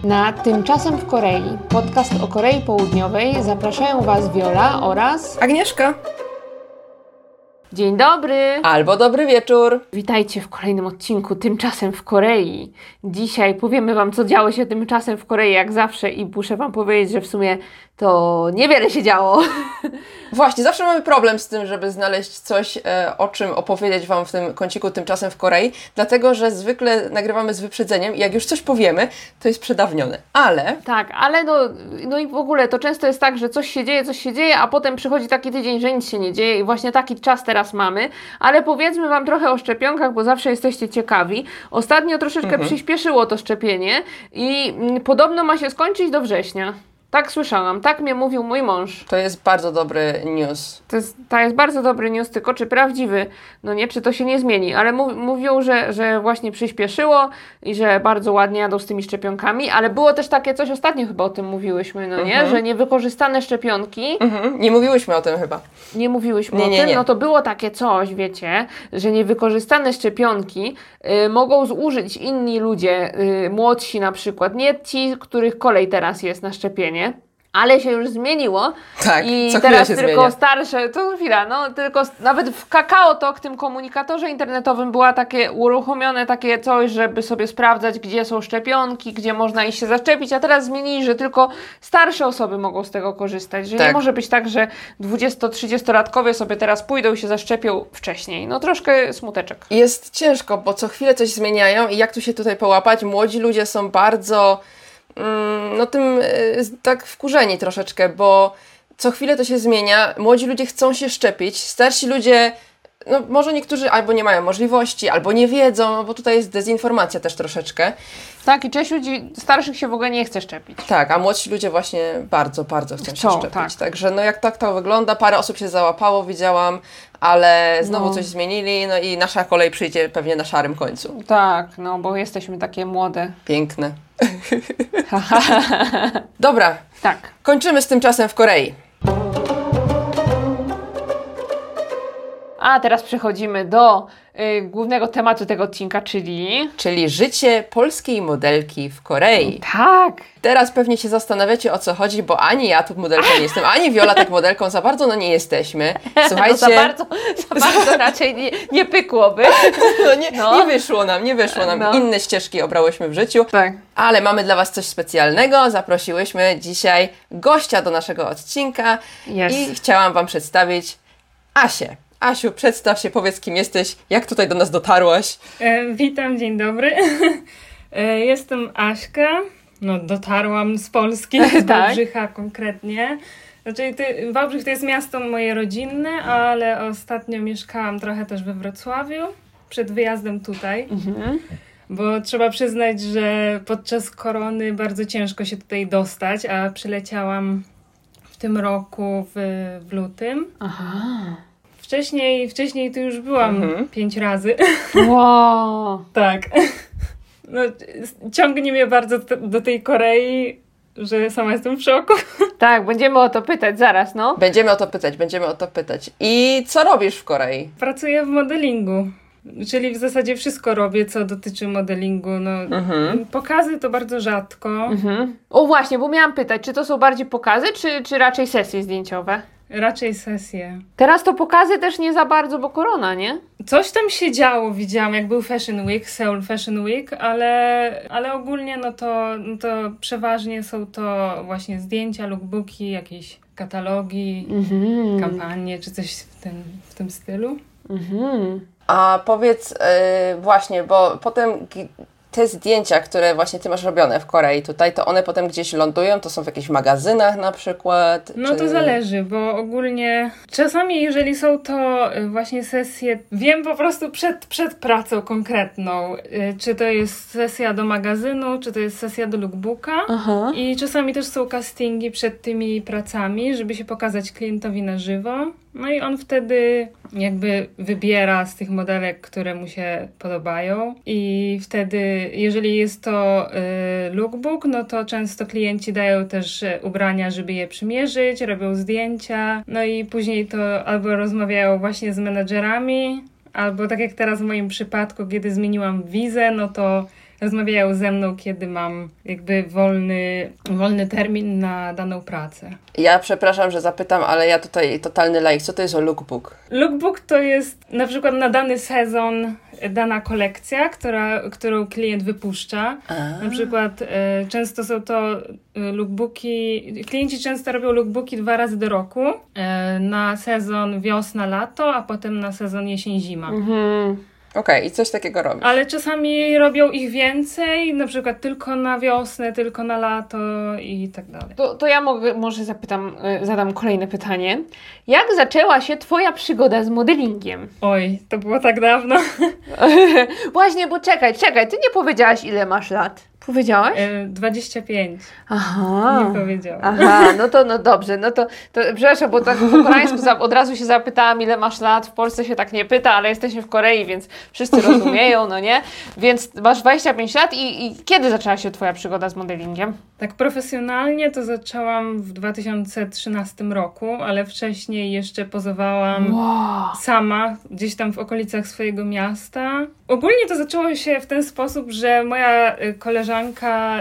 Na Tymczasem w Korei, podcast o Korei Południowej, zapraszają Was Wiola oraz Agnieszka. Dzień dobry! Albo dobry wieczór! Witajcie w kolejnym odcinku Tymczasem w Korei. Dzisiaj powiemy Wam, co działo się tymczasem w Korei, jak zawsze, i muszę Wam powiedzieć, że w sumie to niewiele się działo. Właśnie, zawsze mamy problem z tym, żeby znaleźć coś, o czym opowiedzieć Wam w tym kąciku Tymczasem w Korei, dlatego, że zwykle nagrywamy z wyprzedzeniem i jak już coś powiemy, to jest przedawnione. Ale... Tak, ale no i w ogóle to często jest tak, że coś się dzieje, a potem przychodzi taki tydzień, że nic się nie dzieje i właśnie taki czas teraz mamy, ale powiedzmy Wam trochę o szczepionkach, bo zawsze jesteście ciekawi. Ostatnio troszeczkę przyspieszyło to szczepienie i podobno ma się skończyć do września. Tak słyszałam, tak mnie mówił mój mąż. To jest bardzo dobry news. To jest bardzo dobry news, tylko czy prawdziwy? No nie, czy to się nie zmieni, ale mówią, że właśnie przyspieszyło i że bardzo ładnie jadą z tymi szczepionkami, ale było też takie coś, ostatnio chyba o tym mówiłyśmy, no nie? Że niewykorzystane szczepionki... Nie mówiłyśmy o tym chyba. Nie mówiłyśmy o tym, no to było takie coś, wiecie, że niewykorzystane szczepionki mogą zużyć inni ludzie, młodsi na przykład, nie ci, których kolej teraz jest na szczepienie. Ale się już zmieniło. Tak, i co teraz się tylko zmienia. starsze, to chwila, no tylko nawet w Kakao Talk, tym komunikatorze internetowym była takie uruchomione takie coś, żeby sobie sprawdzać, gdzie są szczepionki, gdzie można iść się zaszczepić, a teraz zmienili, że tylko starsze osoby mogą z tego korzystać, że nie może być tak, że 20-30-latkowie sobie teraz pójdą i się zaszczepią wcześniej. No troszkę smuteczek. Jest ciężko, bo co chwilę coś zmieniają i jak tu się tutaj połapać? Młodzi ludzie są bardzo... tak wkurzeni troszeczkę, bo co chwilę to się zmienia, młodzi ludzie chcą się szczepić, starsi ludzie, no może niektórzy albo nie mają możliwości, albo nie wiedzą, bo tutaj jest dezinformacja też troszeczkę. Tak, i część ludzi starszych się w ogóle nie chce szczepić. Tak, a młodsi ludzie właśnie bardzo, bardzo chcą się szczepić. Tak. Także no jak tak to wygląda, parę osób się załapało, widziałam, ale znowu coś zmienili, no i nasza kolej przyjdzie pewnie na szarym końcu. Tak, no bo jesteśmy takie młode. Piękne. Dobra, tak. Kończymy z Tymczasem w Korei. A teraz przechodzimy do głównego tematu tego odcinka, Czyli życie polskiej modelki w Korei. Tak! Teraz pewnie się zastanawiacie, o co chodzi, bo ani ja tu modelką nie jestem, ani Wiola tak modelką za bardzo nie jesteśmy. Słuchajcie... za bardzo raczej nie pykłoby. Nie wyszło nam. Inne ścieżki obrałyśmy w życiu. Tak. Ale mamy dla Was coś specjalnego. Zaprosiłyśmy dzisiaj gościa do naszego odcinka i chciałam Wam przedstawić Asię. Asiu, przedstaw się, powiedz, kim jesteś, jak tutaj do nas dotarłaś. Witam, dzień dobry. Jestem Aśka. No, dotarłam z Polski, z Wałbrzycha konkretnie. Znaczy, Wałbrzych to jest miasto moje rodzinne, ale ostatnio mieszkałam trochę też we Wrocławiu, przed wyjazdem tutaj. Bo trzeba przyznać, że podczas korony bardzo ciężko się tutaj dostać, a przyleciałam w tym roku w lutym. Aha. Wcześniej tu już byłam 5 razy. Wow. Tak. No, ciągnie mnie bardzo do tej Korei, że sama jestem w szoku. Tak, będziemy o to pytać zaraz, no. Będziemy o to pytać. I co robisz w Korei? Pracuję w modelingu. Czyli w zasadzie wszystko robię, co dotyczy modelingu. No, pokazy to bardzo rzadko. O właśnie, bo miałam pytać, czy to są bardziej pokazy, czy raczej sesje zdjęciowe? Raczej sesje. Teraz to pokazy też nie za bardzo, bo korona, nie? Coś tam się działo, widziałam, jak był Fashion Week, Seoul Fashion Week, ale ogólnie no to przeważnie są to właśnie zdjęcia, lookbooki, jakieś katalogi, kampanie, czy coś w tym stylu. A powiedz właśnie, bo potem te zdjęcia, które właśnie Ty masz robione w Korei tutaj, to one potem gdzieś lądują? To są w jakichś magazynach na przykład? No to zależy, bo ogólnie czasami jeżeli są to właśnie sesje, wiem po prostu przed pracą konkretną, czy to jest sesja do magazynu, czy to jest sesja do lookbooka. I czasami też są castingi przed tymi pracami, żeby się pokazać klientowi na żywo. No i on wtedy jakby wybiera z tych modelek, które mu się podobają i wtedy, jeżeli jest to lookbook, no to często klienci dają też ubrania, żeby je przymierzyć, robią zdjęcia, no i później to albo rozmawiają właśnie z menadżerami, albo tak jak teraz w moim przypadku, kiedy zmieniłam wizę, no to rozmawiają ze mną, kiedy mam jakby wolny termin na daną pracę. Ja przepraszam, że zapytam, ale ja tutaj totalny laik. Co to jest lookbook? Lookbook to jest na przykład na dany sezon dana kolekcja, którą klient wypuszcza. Na przykład często są to lookbooki, klienci często robią lookbooki 2 razy do roku. Na sezon wiosna-lato, a potem na sezon jesień-zima. Okej, i coś takiego robisz. Ale czasami robią ich więcej, na przykład tylko na wiosnę, tylko na lato i tak dalej. To ja może zadam kolejne pytanie. Jak zaczęła się twoja przygoda z modelingiem? Oj, to było tak dawno. Właśnie, bo czekaj, ty nie powiedziałaś, ile masz lat. Powiedziałaś? 25. Aha. Nie powiedziałam. Aha, no dobrze, to przepraszam, bo tak po koreańsku od razu się zapytałam, ile masz lat. W Polsce się tak nie pyta, ale jesteśmy w Korei, więc wszyscy rozumieją, no nie? Więc masz 25 lat i kiedy zaczęła się twoja przygoda z modelingiem? Tak profesjonalnie to zaczęłam w 2013 roku, ale wcześniej jeszcze pozowałam sama, gdzieś tam w okolicach swojego miasta. Ogólnie to zaczęło się w ten sposób, że moja koleżanka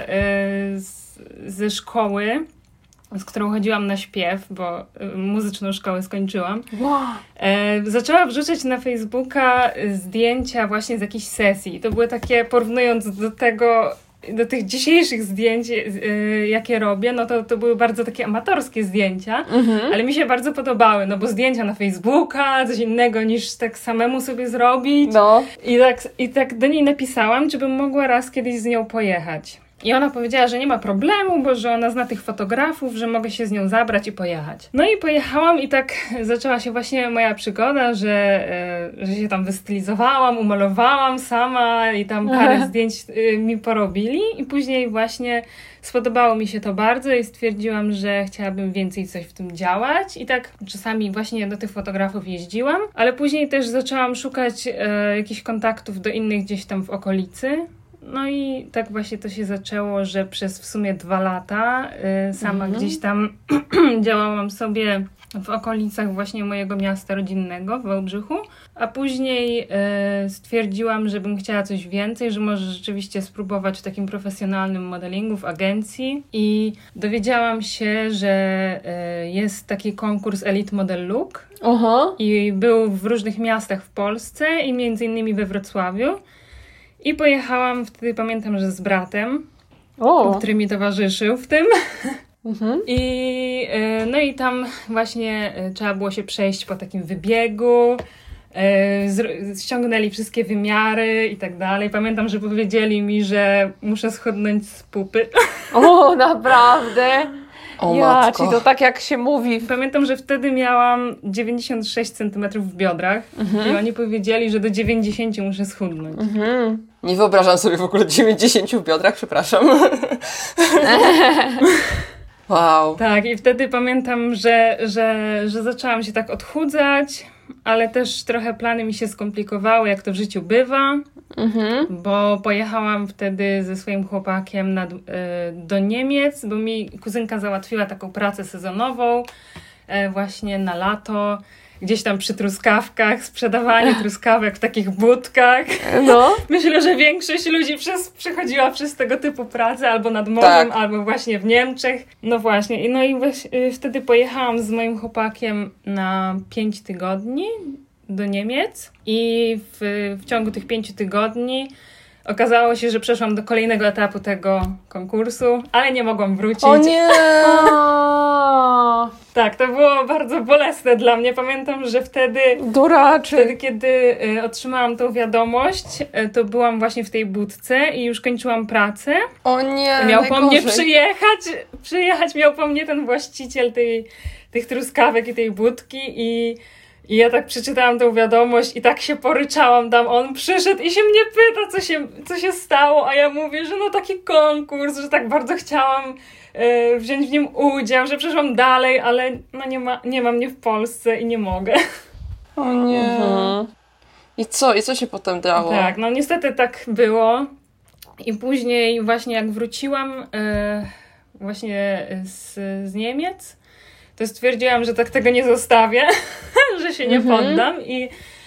ze szkoły, z którą chodziłam na śpiew, bo muzyczną szkołę skończyłam, zaczęła wrzucać na Facebooka zdjęcia właśnie z jakichś sesji. To były takie, porównując do tych dzisiejszych zdjęć, jakie robię, no to były bardzo takie amatorskie zdjęcia, ale mi się bardzo podobały, no bo zdjęcia na Facebooka, coś innego niż tak samemu sobie zrobić. No. I tak do niej napisałam, czy bym mogła raz kiedyś z nią pojechać. I ona powiedziała, że nie ma problemu, bo że ona zna tych fotografów, że mogę się z nią zabrać i pojechać. No i pojechałam i tak zaczęła się właśnie moja przygoda, że się tam wystylizowałam, umalowałam sama i tam parę zdjęć mi porobili i później właśnie spodobało mi się to bardzo i stwierdziłam, że chciałabym więcej coś w tym działać i tak czasami właśnie do tych fotografów jeździłam, ale później też zaczęłam szukać jakichś kontaktów do innych gdzieś tam w okolicy. No i tak właśnie to się zaczęło, że przez w sumie 2 lata sama gdzieś tam działałam sobie w okolicach właśnie mojego miasta rodzinnego w Wałbrzychu, a później stwierdziłam, że bym chciała coś więcej, że może rzeczywiście spróbować w takim profesjonalnym modelingu w agencji i dowiedziałam się, że jest taki konkurs Elite Model Look i był w różnych miastach w Polsce i między innymi we Wrocławiu. I pojechałam wtedy, pamiętam, że z bratem, który mi towarzyszył w tym. No i tam właśnie trzeba było się przejść po takim wybiegu. Ściągnęli wszystkie wymiary i tak dalej. Pamiętam, że powiedzieli mi, że muszę schudnąć z pupy. O, naprawdę? O matko. Czyli to tak jak się mówi. Pamiętam, że wtedy miałam 96 cm w biodrach i oni powiedzieli, że do 90 muszę schudnąć. Nie wyobrażam sobie w ogóle 90 w biodrach, przepraszam. Wow. Tak, i wtedy pamiętam, że zaczęłam się tak odchudzać, ale też trochę plany mi się skomplikowały, jak to w życiu bywa, bo pojechałam wtedy ze swoim chłopakiem do Niemiec, bo mi kuzynka załatwiła taką pracę sezonową właśnie na lato, gdzieś tam przy truskawkach, sprzedawanie truskawek w takich budkach. No. Myślę, że większość ludzi przechodziła przez tego typu pracę albo nad morzem, albo właśnie w Niemczech. No właśnie. No i wtedy pojechałam z moim chłopakiem na 5 tygodni do Niemiec i w ciągu tych 5 tygodni okazało się, że przeszłam do kolejnego etapu tego konkursu, ale nie mogłam wrócić. O nie! Tak, to było bardzo bolesne dla mnie. Pamiętam, że wtedy, kiedy otrzymałam tą wiadomość, to byłam właśnie w tej budce i już kończyłam pracę. O nie, miał po mnie przyjechać miał po mnie ten właściciel tych truskawek i tej budki i ja tak przeczytałam tą wiadomość i tak się poryczałam tam. On przyszedł i się mnie pyta, co się stało, a ja mówię, że no taki konkurs, że tak bardzo chciałam wziąć w nim udział, że przeszłam dalej, ale no nie ma mnie w Polsce i nie mogę. O nie. I co się potem działo? Tak, no niestety tak było. I później właśnie jak wróciłam właśnie z Niemiec, to stwierdziłam, że tak tego nie zostawię, że się nie poddam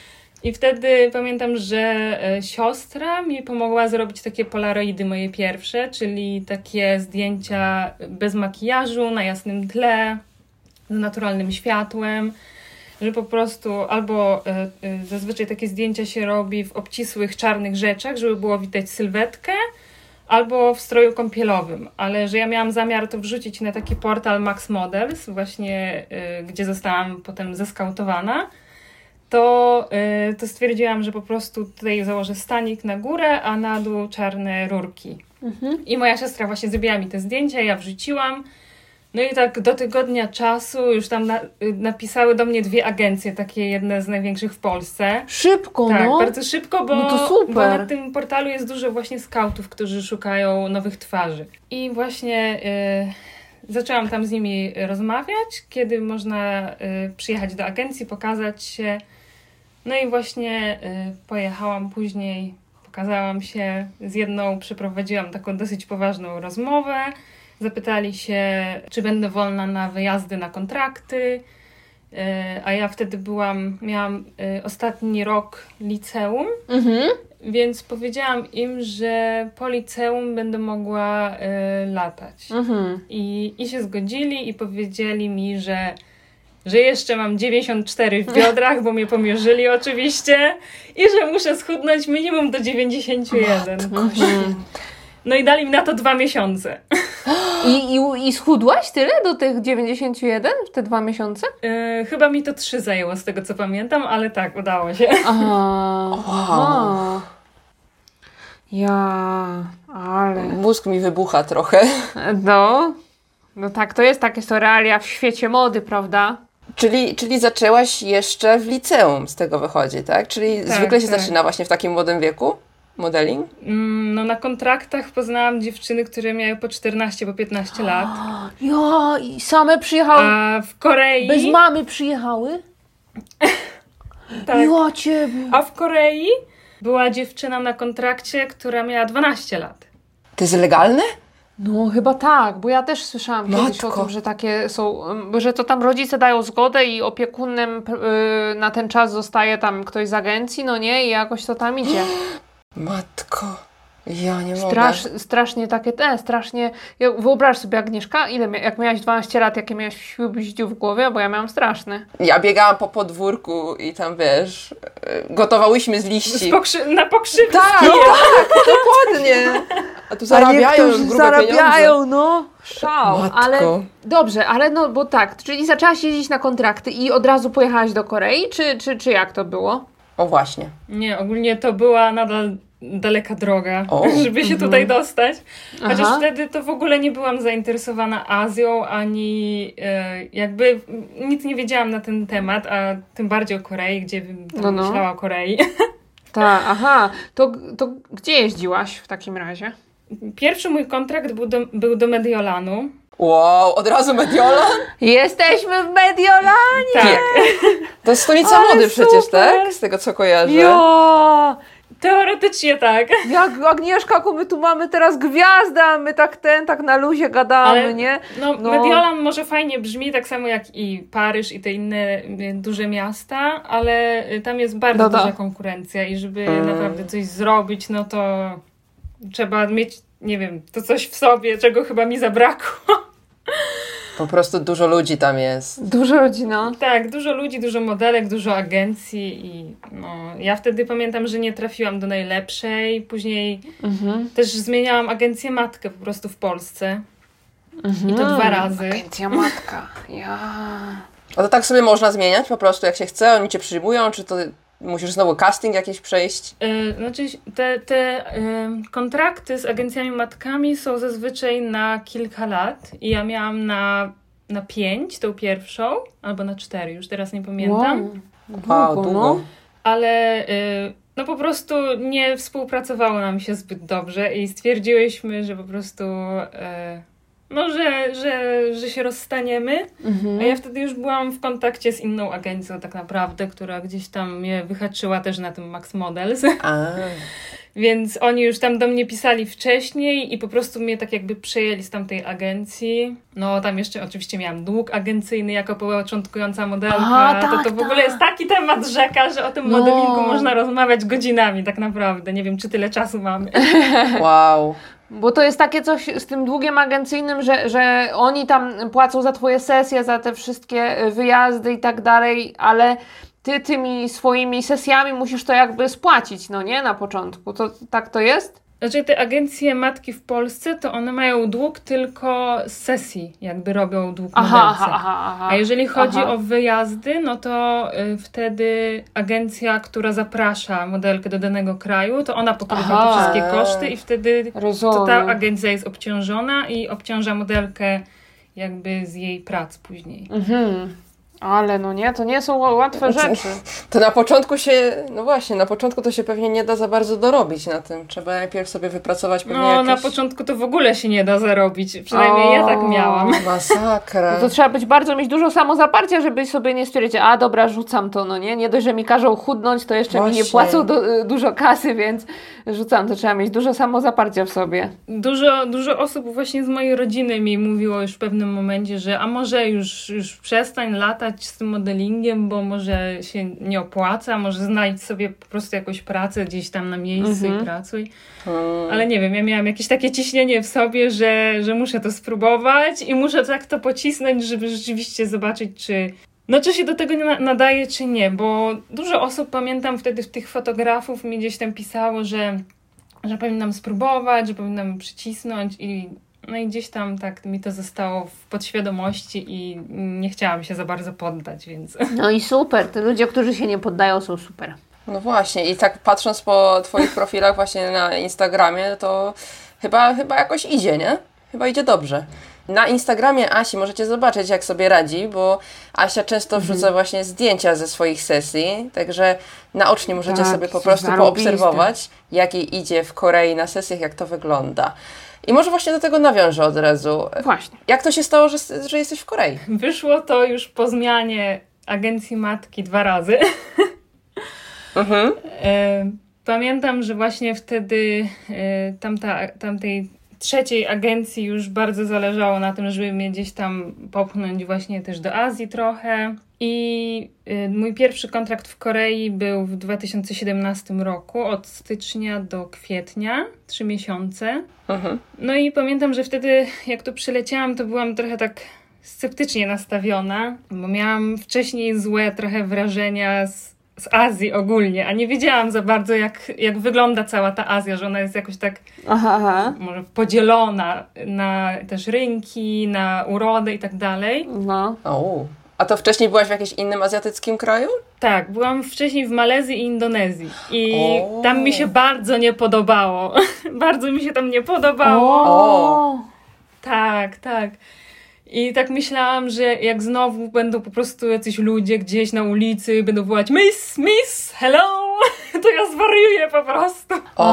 I wtedy pamiętam, że siostra mi pomogła zrobić takie polaroidy moje pierwsze, czyli takie zdjęcia bez makijażu, na jasnym tle, z naturalnym światłem, że po prostu albo zazwyczaj takie zdjęcia się robi w obcisłych czarnych rzeczach, żeby było widać sylwetkę, albo w stroju kąpielowym, ale że ja miałam zamiar to wrzucić na taki portal Max Models, właśnie gdzie zostałam potem zeskautowana, to stwierdziłam, że po prostu tutaj założę stanik na górę, a na dół czarne rurki. I moja siostra właśnie zrobiła mi te zdjęcia, ja wrzuciłam. No i tak do tygodnia czasu już tam napisały do mnie 2 agencje, takie jedne z największych w Polsce. Szybko, tak, no. bardzo szybko, bo, no to super. Bo na tym portalu jest dużo właśnie skautów, którzy szukają nowych twarzy. I właśnie zaczęłam tam z nimi rozmawiać, kiedy można przyjechać do agencji, pokazać się. No i właśnie pojechałam później, pokazałam się z jedną, przeprowadziłam taką dosyć poważną rozmowę. Zapytali się, czy będę wolna na wyjazdy na kontrakty, a ja wtedy miałam ostatni rok liceum, więc powiedziałam im, że po liceum będę mogła latać. I się zgodzili i powiedzieli mi, że jeszcze mam 94 w biodrach, bo mnie pomierzyli oczywiście i że muszę schudnąć minimum do 91. No i dali mi na to 2 miesiące. I schudłaś tyle do tych 91 w te 2 miesiące? Chyba mi to 3 zajęło z tego co pamiętam, ale tak, udało się. Aha. Ale... Mózg mi wybucha trochę. No tak, to jest takie są realia w świecie mody, prawda? Czyli zaczęłaś jeszcze w liceum, z tego wychodzi, tak? Czyli tak, zwykle się zaczyna właśnie w takim młodym wieku? Modeling? No na kontraktach poznałam dziewczyny, które miały po 14, po 15 lat. Ja, i same przyjechały? A w Korei... Bez mamy przyjechały? tak. Ja ciebie. A w Korei była dziewczyna na kontrakcie, która miała 12 lat. To jest legalne? No chyba tak, bo ja też słyszałam kiedyś o tym, że takie są, że to tam rodzice dają zgodę i opiekunem na ten czas zostaje tam ktoś z agencji, no nie? I jakoś to tam idzie. Matko, ja nie mogę. Strasznie takie, strasznie... Wyobraź sobie, Agnieszka, jak miałaś 12 lat, jakie miałaś sił w głowie, bo ja miałam straszne. Ja biegałam po podwórku i tam, wiesz, gotowałyśmy z liści. Na pokrzywki. Tak, dokładnie. A tu zarabiają już grube pieniądze. No. Szał. Matko. Ale dobrze, ale no, bo tak, czyli zaczęłaś jeździć na kontrakty i od razu pojechałaś do Korei, czy jak to było? O właśnie. Nie, ogólnie to była nadal daleka droga, żeby się tutaj dostać. Chociaż wtedy to w ogóle nie byłam zainteresowana Azją, ani jakby nic nie wiedziałam na ten temat, a tym bardziej o Korei, gdzie myślała o Korei. Tak, To gdzie jeździłaś w takim razie? Pierwszy mój kontrakt był do Mediolanu. Wow, od razu Mediolan? Jesteśmy w Mediolanie! Tak. To jest stolica mody przecież, tak? Z tego co kojarzę. Ja! Teoretycznie tak. Jak Agnieszka, my tu mamy teraz gwiazdę, a my tak na luzie gadamy, ale, nie? No, Mediolan może fajnie brzmi, tak samo jak i Paryż i te inne duże miasta, ale tam jest bardzo duża konkurencja i żeby naprawdę coś zrobić, no to trzeba mieć, nie wiem, to coś w sobie, czego chyba mi zabrakło. Po prostu dużo ludzi tam jest. Dużo ludzi, no. Tak, dużo ludzi, dużo modelek, dużo agencji i ja wtedy pamiętam, że nie trafiłam do najlepszej. Później też zmieniałam agencję matkę po prostu w Polsce. I to 2 razy. Agencja matka, A to tak sobie można zmieniać po prostu jak się chce? Oni cię przyjmują, czy to musisz znowu casting jakiś przejść? Znaczy te kontrakty z agencjami matkami są zazwyczaj na kilka lat i ja miałam na 5 tą pierwszą, albo na 4, już teraz nie pamiętam. Wow, długo. Ale po prostu nie współpracowało nam się zbyt dobrze i stwierdziłyśmy, że po prostu że się rozstaniemy. A ja wtedy już byłam w kontakcie z inną agencją tak naprawdę, która gdzieś tam mnie wyhaczyła też na tym Max Models. Więc oni już tam do mnie pisali wcześniej i po prostu mnie tak jakby przejęli z tamtej agencji. No tam jeszcze oczywiście miałam dług agencyjny jako początkująca modelka. Aha, tak, to w ogóle jest taki temat rzeka, że o tym modelingu można rozmawiać godzinami tak naprawdę. Nie wiem, czy tyle czasu mamy. Wow. Bo to jest takie coś z tym długiem agencyjnym, że oni tam płacą za twoje sesje, za te wszystkie wyjazdy i tak dalej, ale ty tymi swoimi sesjami musisz to jakby spłacić, no nie? Na początku. To tak to jest? Znaczy te agencje matki w Polsce, to one mają dług tylko z sesji, jakby robią dług modelce. A jeżeli chodzi o wyjazdy, no to wtedy agencja, która zaprasza modelkę do danego kraju, to ona pokrywa te wszystkie koszty i wtedy to ta agencja jest obciążona i obciąża modelkę jakby z jej prac później. Ale no nie, to nie są łatwe rzeczy. To na początku na początku to się pewnie nie da za bardzo dorobić na tym. Trzeba najpierw sobie wypracować pewnie jakieś... na początku to w ogóle się nie da zarobić. Przynajmniej ja tak miałam. Masakra. No to trzeba mieć dużo samozaparcia, żeby sobie nie stwierdzić, dobra, rzucam to, no nie? Nie dość, że mi każą chudnąć, to jeszcze mi nie płacą dużo kasy, więc rzucam. To trzeba mieć dużo samozaparcia w sobie. Dużo osób właśnie z mojej rodziny mi mówiło już w pewnym momencie, że a może już przestań latać z tym modelingiem, bo może się nie opłaca, może znajdź sobie po prostu jakąś pracę gdzieś tam na miejscu i pracuj. Ale nie wiem, ja miałam jakieś takie ciśnienie w sobie, że muszę to spróbować i muszę tak to pocisnąć, żeby rzeczywiście zobaczyć, czy się do tego nadaje, czy nie, bo dużo osób, pamiętam wtedy tych fotografów mi gdzieś tam pisało, że powinnam spróbować, że powinnam przycisnąć i gdzieś tam tak mi to zostało w podświadomości i nie chciałam się za bardzo poddać, więc... No i super, te ludzie, którzy się nie poddają, są super. No właśnie i tak patrząc po twoich profilach właśnie na Instagramie, to chyba jakoś idzie, nie? Chyba idzie dobrze. Na Instagramie Asi możecie zobaczyć, jak sobie radzi, bo Asia często wrzuca właśnie zdjęcia ze swoich sesji, także naocznie możecie sobie po prostu poobserwować, jak jej idzie w Korei na sesjach, jak to wygląda. I może właśnie do tego nawiążę od razu. Właśnie. Jak to się stało, że jesteś w Korei? Wyszło to już po zmianie agencji matki 2 razy. Pamiętam, że właśnie wtedy tamtej trzeciej agencji już bardzo zależało na tym, żeby mnie gdzieś tam popchnąć właśnie też do Azji trochę. I mój pierwszy kontrakt w Korei był w 2017 roku, od stycznia do kwietnia, 3 miesiące. No i pamiętam, że wtedy jak tu przyleciałam, to byłam trochę tak sceptycznie nastawiona, bo miałam wcześniej złe trochę wrażenia z Azji ogólnie, a nie wiedziałam za bardzo jak wygląda cała ta Azja, że ona jest jakoś tak może podzielona na też rynki, na urodę i tak dalej. No. A to wcześniej byłaś w jakimś innym azjatyckim kraju? Tak, byłam wcześniej w Malezji i Indonezji i tam mi się bardzo nie podobało. Bardzo mi się tam nie podobało. Tak. I tak myślałam, że jak znowu będą po prostu jacyś ludzie gdzieś na ulicy, będą wołać Miss, hello, to ja zwariuję po prostu.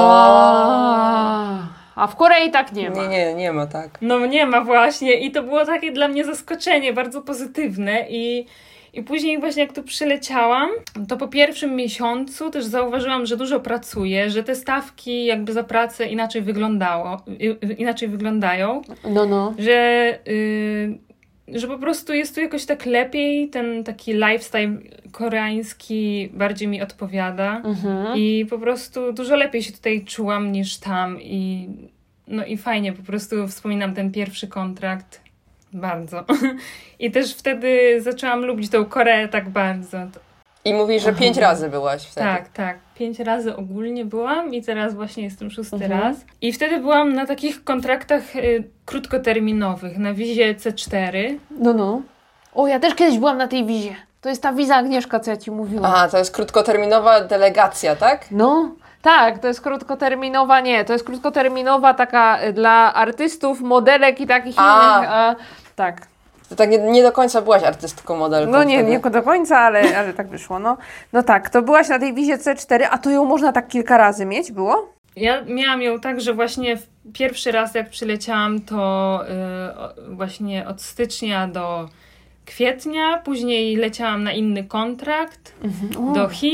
A w Korei tak nie ma. Nie ma tak. No nie ma właśnie i to było takie dla mnie zaskoczenie, bardzo pozytywne i później właśnie jak tu przyleciałam, to po pierwszym miesiącu też zauważyłam, że dużo pracuję, że te stawki jakby za pracę inaczej wyglądają. No. Że po prostu jest tu jakoś tak lepiej, ten taki lifestyle koreański bardziej mi odpowiada i po prostu dużo lepiej się tutaj czułam niż tam i fajnie, po prostu wspominam ten pierwszy kontrakt bardzo. I też wtedy zaczęłam lubić tą Koreę tak bardzo. I mówisz, że 5 razy byłaś wtedy. Tak. 5 razy ogólnie byłam i teraz właśnie jestem 6. raz. I wtedy byłam na takich kontraktach krótkoterminowych, na wizie C4. No. Ja też kiedyś byłam na tej wizie. To jest ta wiza Agnieszka, co ja Ci mówiłam. Aha, to jest krótkoterminowa delegacja, tak? No. Tak, to jest krótkoterminowa taka dla artystów, modelek i takich innych. Tak. To tak nie do końca byłaś artystką, modelką. No nie do końca, ale tak wyszło. No tak, to byłaś na tej wizie C4, a to ją można tak kilka razy mieć, było? Ja miałam ją tak, że właśnie pierwszy raz jak przyleciałam, to właśnie od stycznia do kwietnia, później leciałam na inny kontrakt do Chin,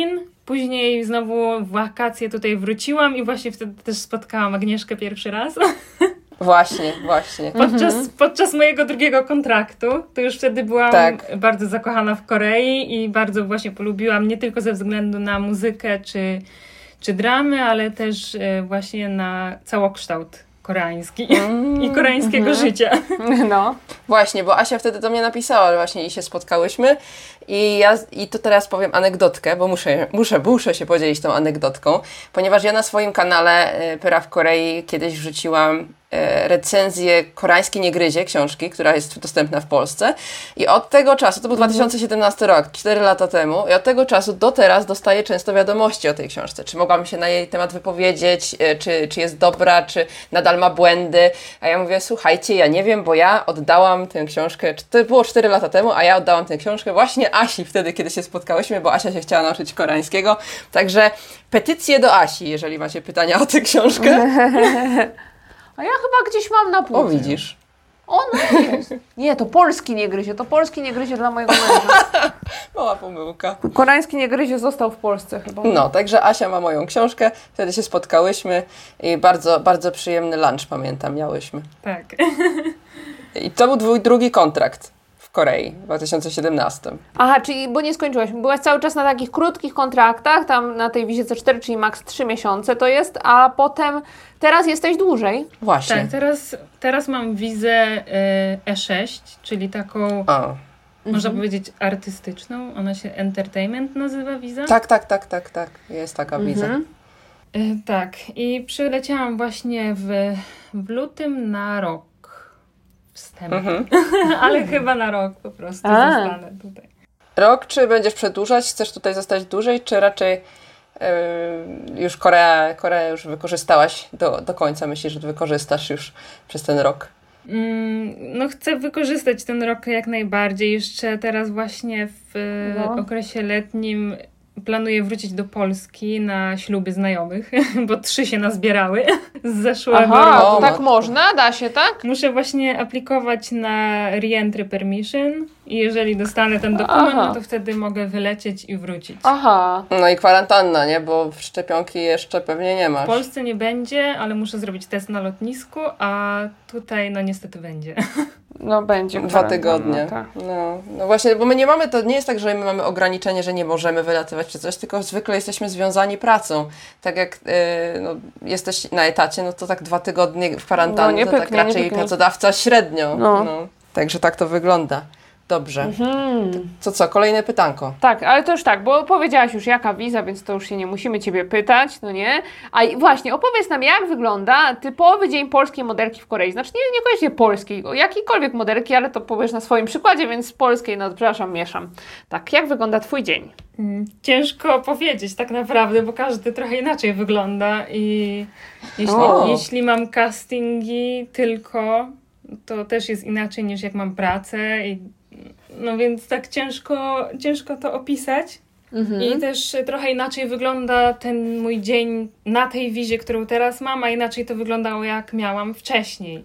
później znowu w wakacje tutaj wróciłam i właśnie wtedy też spotkałam Agnieszkę pierwszy raz. Właśnie. Podczas mojego drugiego kontraktu, to już wtedy byłam bardzo zakochana w Korei i bardzo właśnie polubiłam nie tylko ze względu na muzykę czy dramy, ale też właśnie na całokształt koreański i koreańskiego życia. No. Właśnie, bo Asia wtedy do mnie napisała właśnie i się spotkałyśmy i to teraz powiem anegdotkę, bo muszę się podzielić tą anegdotką, ponieważ ja na swoim kanale Pyra w Korei kiedyś wrzuciłam recenzję Koreański nie gryzie, książki, która jest dostępna w Polsce i od tego czasu, to był 2017 rok, 4 lata temu i od tego czasu do teraz dostaję często wiadomości o tej książce, czy mogłam się na jej temat wypowiedzieć, czy jest dobra, czy nadal ma błędy, a ja mówię, słuchajcie, ja nie wiem, bo ja oddałam tę książkę, to było 4 lata temu, a ja oddałam tę książkę właśnie Asi wtedy, kiedy się spotkałyśmy, bo Asia się chciała nauczyć koreańskiego, także petycje do Asi, jeżeli macie pytania o tę książkę. A ja chyba gdzieś mam na półce. O, widzisz. O, no jest. Nie, to polski nie gryzie dla mojego męża. Mała pomyłka. Koreański nie gryzie został w Polsce chyba. No, także Asia ma moją książkę, wtedy się spotkałyśmy i bardzo, bardzo przyjemny lunch, pamiętam, miałyśmy. Tak. I to był drugi kontrakt w Korei w 2017. Aha, czyli, bo nie skończyłaś. Byłaś cały czas na takich krótkich kontraktach, tam na tej wizie C4, czyli maks 3 miesiące to jest, a potem teraz jesteś dłużej. Właśnie. Tak, teraz mam wizę E6, czyli taką, można powiedzieć, artystyczną. Ona się Entertainment nazywa wiza. Tak. Jest taka wiza. Tak. I przyleciałam właśnie w lutym na rok. Wstępny. Ale chyba na rok po prostu zostanę tutaj. Rok, czy będziesz przedłużać? Chcesz tutaj zostać dłużej, czy raczej już Koreę już wykorzystałaś do końca? Myślisz, że wykorzystasz już przez ten rok? No chcę wykorzystać ten rok jak najbardziej. Jeszcze teraz właśnie w okresie letnim planuję wrócić do Polski na śluby znajomych, bo 3 się nazbierały z zeszłego roku. To tak można? Da się, tak? Muszę właśnie aplikować na re-entry permission i jeżeli dostanę ten dokument, no to wtedy mogę wylecieć i wrócić. Aha. No i kwarantanna, nie? Bo szczepionki jeszcze pewnie nie masz. W Polsce nie będzie, ale muszę zrobić test na lotnisku, a tutaj no niestety będzie. No będzie. 2 tygodnie. Tak. No właśnie, bo my nie mamy, to nie jest tak, że my mamy ograniczenie, że nie możemy wylatywać czy coś, tylko zwykle jesteśmy związani pracą. Tak jak jesteś na etacie, no to tak 2 tygodnie w kwarantannie, to tak raczej pracodawca średnio. No. Także tak to wygląda. Dobrze. Co, kolejne pytanko? Tak, ale to już tak, bo powiedziałaś już jaka wiza, więc to już się nie musimy Ciebie pytać, no nie? A właśnie, opowiedz nam, jak wygląda typowy dzień polskiej modelki w Korei. Znaczy niekoniecznie polskiej, jakiejkolwiek modelki, ale to powiesz na swoim przykładzie, więc z polskiej, no przepraszam, mieszam. Tak, jak wygląda Twój dzień? Ciężko powiedzieć tak naprawdę, bo każdy trochę inaczej wygląda i jeśli mam castingi tylko, to też jest inaczej niż jak mam pracę no więc tak ciężko to opisać. I też trochę inaczej wygląda ten mój dzień na tej wizie, którą teraz mam, a inaczej to wyglądało jak miałam wcześniej.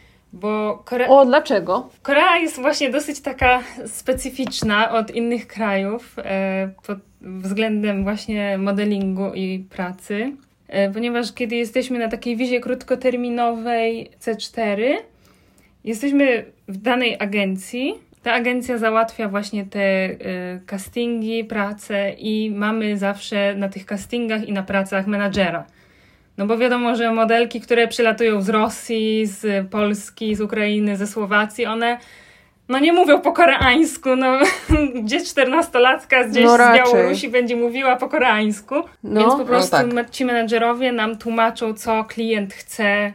Bo dlaczego? Korea jest właśnie dosyć taka specyficzna od innych krajów pod względem właśnie modelingu i pracy. Ponieważ kiedy jesteśmy na takiej wizie krótkoterminowej C4, jesteśmy w danej agencji. Ta agencja załatwia właśnie te castingi, pracę i mamy zawsze na tych castingach i na pracach menadżera. No bo wiadomo, że modelki, które przylatują z Rosji, z Polski, z Ukrainy, ze Słowacji, one nie mówią po koreańsku. Gdzie 14-latka gdzieś z Białorusi będzie mówiła po koreańsku. Więc po prostu ci menadżerowie nam tłumaczą, co klient chce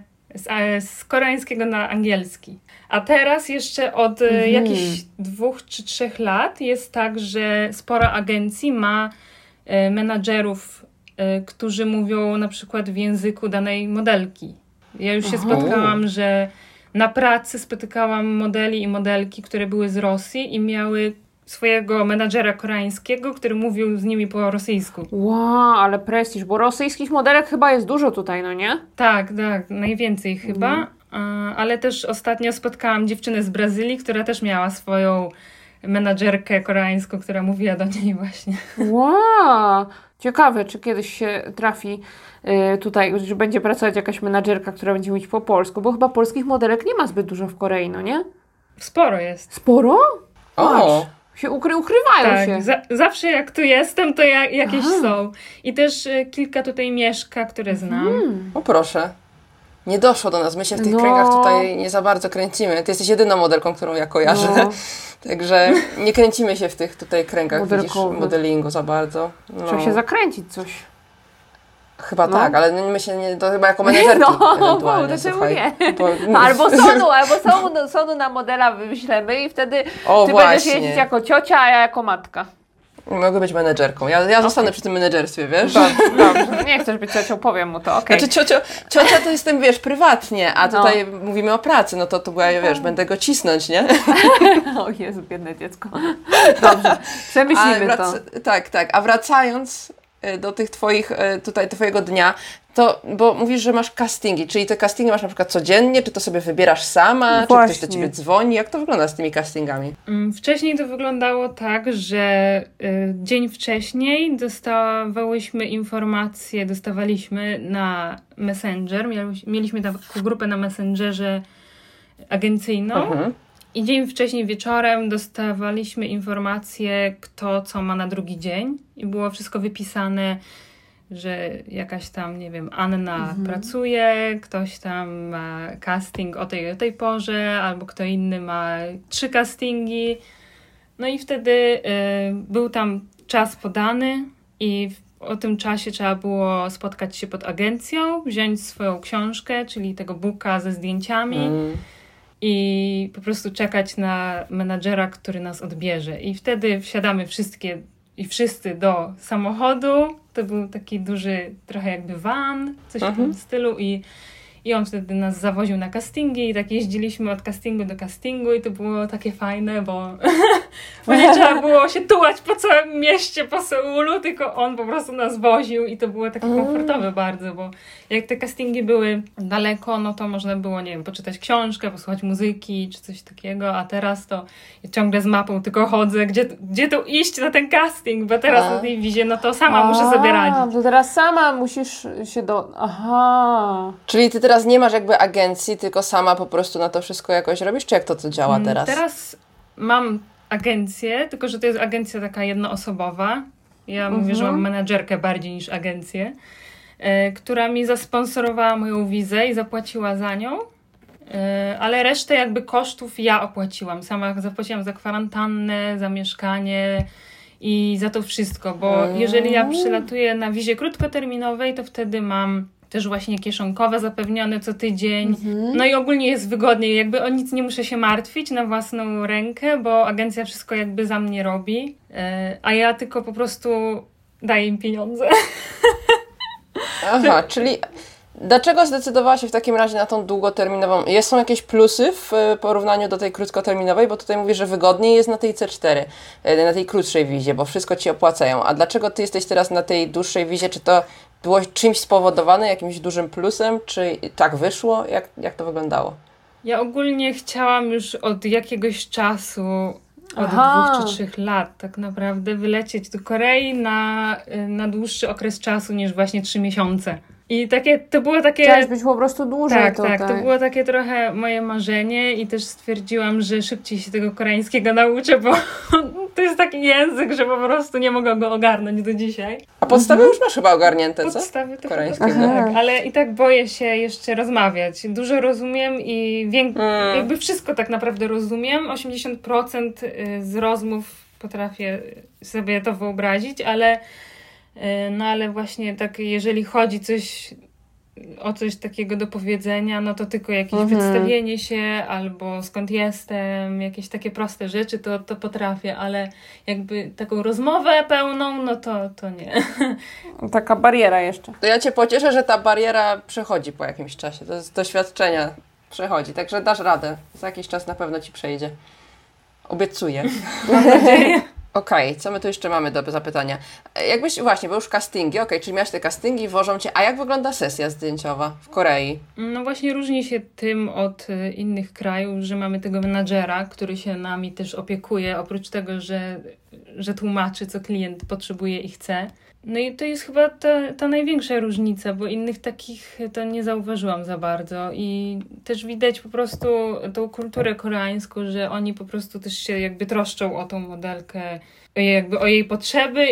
z koreańskiego na angielski. A teraz jeszcze od jakichś 2 czy 3 lat jest tak, że sporo agencji ma menadżerów, którzy mówią na przykład w języku danej modelki. Ja już się spotkałam, że na pracy spotykałam modeli i modelki, które były z Rosji i miały swojego menadżera koreańskiego, który mówił z nimi po rosyjsku. Wow, ale prestiż, bo rosyjskich modelek chyba jest dużo tutaj, no nie? Tak, najwięcej chyba. Ale też ostatnio spotkałam dziewczynę z Brazylii, która też miała swoją menadżerkę koreańską, która mówiła do niej właśnie. Wow! Ciekawe, czy kiedyś się trafi tutaj, że będzie pracować jakaś menadżerka, która będzie mówić po polsku, bo chyba polskich modelek nie ma zbyt dużo w Korei, no nie? Sporo jest. Sporo? O! Się ukrywają się. Zawsze jak tu jestem, to jakieś są. I też kilka tutaj mieszka, które znam. O proszę. Nie doszło do nas. My się w tych kręgach tutaj nie za bardzo kręcimy. Ty jesteś jedyną modelką, którą ja kojarzę. Także nie kręcimy się w tych tutaj kręgach, widzisz, modelingu za bardzo. Trzeba się zakręcić coś. Chyba tak, ale my się nie, to chyba jako menedżerki ewentualnie, słuchaj. Albo Sonu na modela wymyślemy i wtedy ty będziesz jeździć jako ciocia, a ja jako matka. Mogę być menedżerką. Ja zostanę przy tym menedżerstwie, wiesz? Dobrze. Nie chcesz być ciocią, powiem mu to, okej. Znaczy ciocia to jestem, wiesz, prywatnie, a tutaj mówimy o pracy, no to była, wiesz, będę go cisnąć, nie? O Jezu, biedne dziecko. Dobrze, przemyślimy to. Tak. A wracając do tych twojego dnia, to, bo mówisz, że masz castingi, czyli te castingi masz na przykład codziennie, czy to sobie wybierasz sama, czy ktoś do ciebie dzwoni, jak to wygląda z tymi castingami? Wcześniej to wyglądało tak, że dzień wcześniej dostawaliśmy na Messenger, mieliśmy taką grupę na Messengerze agencyjną i dzień wcześniej wieczorem dostawaliśmy informacje, kto co ma na drugi dzień i było wszystko wypisane, że jakaś tam, nie wiem, Anna pracuje, ktoś tam ma casting o tej porze, albo kto inny ma 3 castingi. No i wtedy był tam czas podany i o tym czasie trzeba było spotkać się pod agencją, wziąć swoją książkę, czyli tego booka ze zdjęciami i po prostu czekać na menadżera, który nas odbierze. I wtedy wsiadamy wszyscy do samochodu. To był taki duży, trochę jakby van, coś w tym stylu i on wtedy nas zawoził na castingi i tak jeździliśmy od castingu do castingu i to było takie fajne, bo nie trzeba było się tułać po całym mieście, po Seulu, tylko on po prostu nas woził i to było takie komfortowe bardzo, bo jak te castingi były daleko, no to można było, nie wiem, poczytać książkę, posłuchać muzyki czy coś takiego, a teraz to ja ciągle z mapą tylko chodzę, gdzie tu iść na ten casting, bo teraz na tej wizie, no to sama muszę sobie radzić. To teraz sama musisz się Czyli ty teraz nie masz jakby agencji, tylko sama po prostu na to wszystko jakoś robisz, czy jak to działa teraz? Teraz mam agencję, tylko że to jest agencja taka jednoosobowa. Ja mówię, że mam menadżerkę bardziej niż agencję, która mi zasponsorowała moją wizę i zapłaciła za nią, ale resztę jakby kosztów ja opłaciłam. Sama zapłaciłam za kwarantannę, za mieszkanie i za to wszystko, bo jeżeli ja przylatuję na wizie krótkoterminowej, to wtedy mam też właśnie kieszonkowe zapewnione co tydzień. No i ogólnie jest wygodniej. Jakby o nic nie muszę się martwić na własną rękę, bo agencja wszystko jakby za mnie robi, a ja tylko po prostu daję im pieniądze. Aha, czyli dlaczego zdecydowałaś się w takim razie na tą długoterminową? Są jakieś plusy w porównaniu do tej krótkoterminowej? Bo tutaj mówisz, że wygodniej jest na tej C4, na tej krótszej wizie, bo wszystko ci opłacają. A dlaczego ty jesteś teraz na tej dłuższej wizie? Czy to było czymś spowodowane, jakimś dużym plusem? Czy tak wyszło? Jak to wyglądało? Ja ogólnie chciałam już od jakiegoś czasu, od 2 czy 3 lat tak naprawdę wylecieć do Korei na dłuższy okres czasu niż właśnie 3 miesiące. I to było takie... Chciałaś być po prostu dłużej Tak, to było takie trochę moje marzenie i też stwierdziłam, że szybciej się tego koreańskiego nauczę, bo to jest taki język, że po prostu nie mogę go ogarnąć do dzisiaj. A podstawy już masz chyba ogarnięte, co? Podstawy to koreańskiego. Tak, ale i tak boję się jeszcze rozmawiać. Dużo rozumiem i jakby wszystko tak naprawdę rozumiem. 80% z rozmów potrafię sobie to wyobrazić, ale właśnie tak, jeżeli chodzi o coś takiego do powiedzenia, no to tylko jakieś przedstawienie się albo skąd jestem, jakieś takie proste rzeczy, to potrafię, ale jakby taką rozmowę pełną, no to nie. Taka bariera jeszcze. To ja cię pocieszę, że ta bariera przechodzi po jakimś czasie, to z doświadczenia przechodzi, także dasz radę. Za jakiś czas na pewno ci przejdzie. Obiecuję. Mam nadzieję. Okej, co my tu jeszcze mamy do zapytania? Jakbyś, właśnie, bo już castingi, czyli miałaś te castingi, wożą cię, a jak wygląda sesja zdjęciowa w Korei? No właśnie różni się tym od innych krajów, że mamy tego menadżera, który się nami też opiekuje, oprócz tego, że tłumaczy, co klient potrzebuje i chce. No i to jest chyba ta największa różnica, bo innych takich to nie zauważyłam za bardzo i też widać po prostu tą kulturę koreańską, że oni po prostu też się jakby troszczą o tą modelkę, jakby o jej potrzeby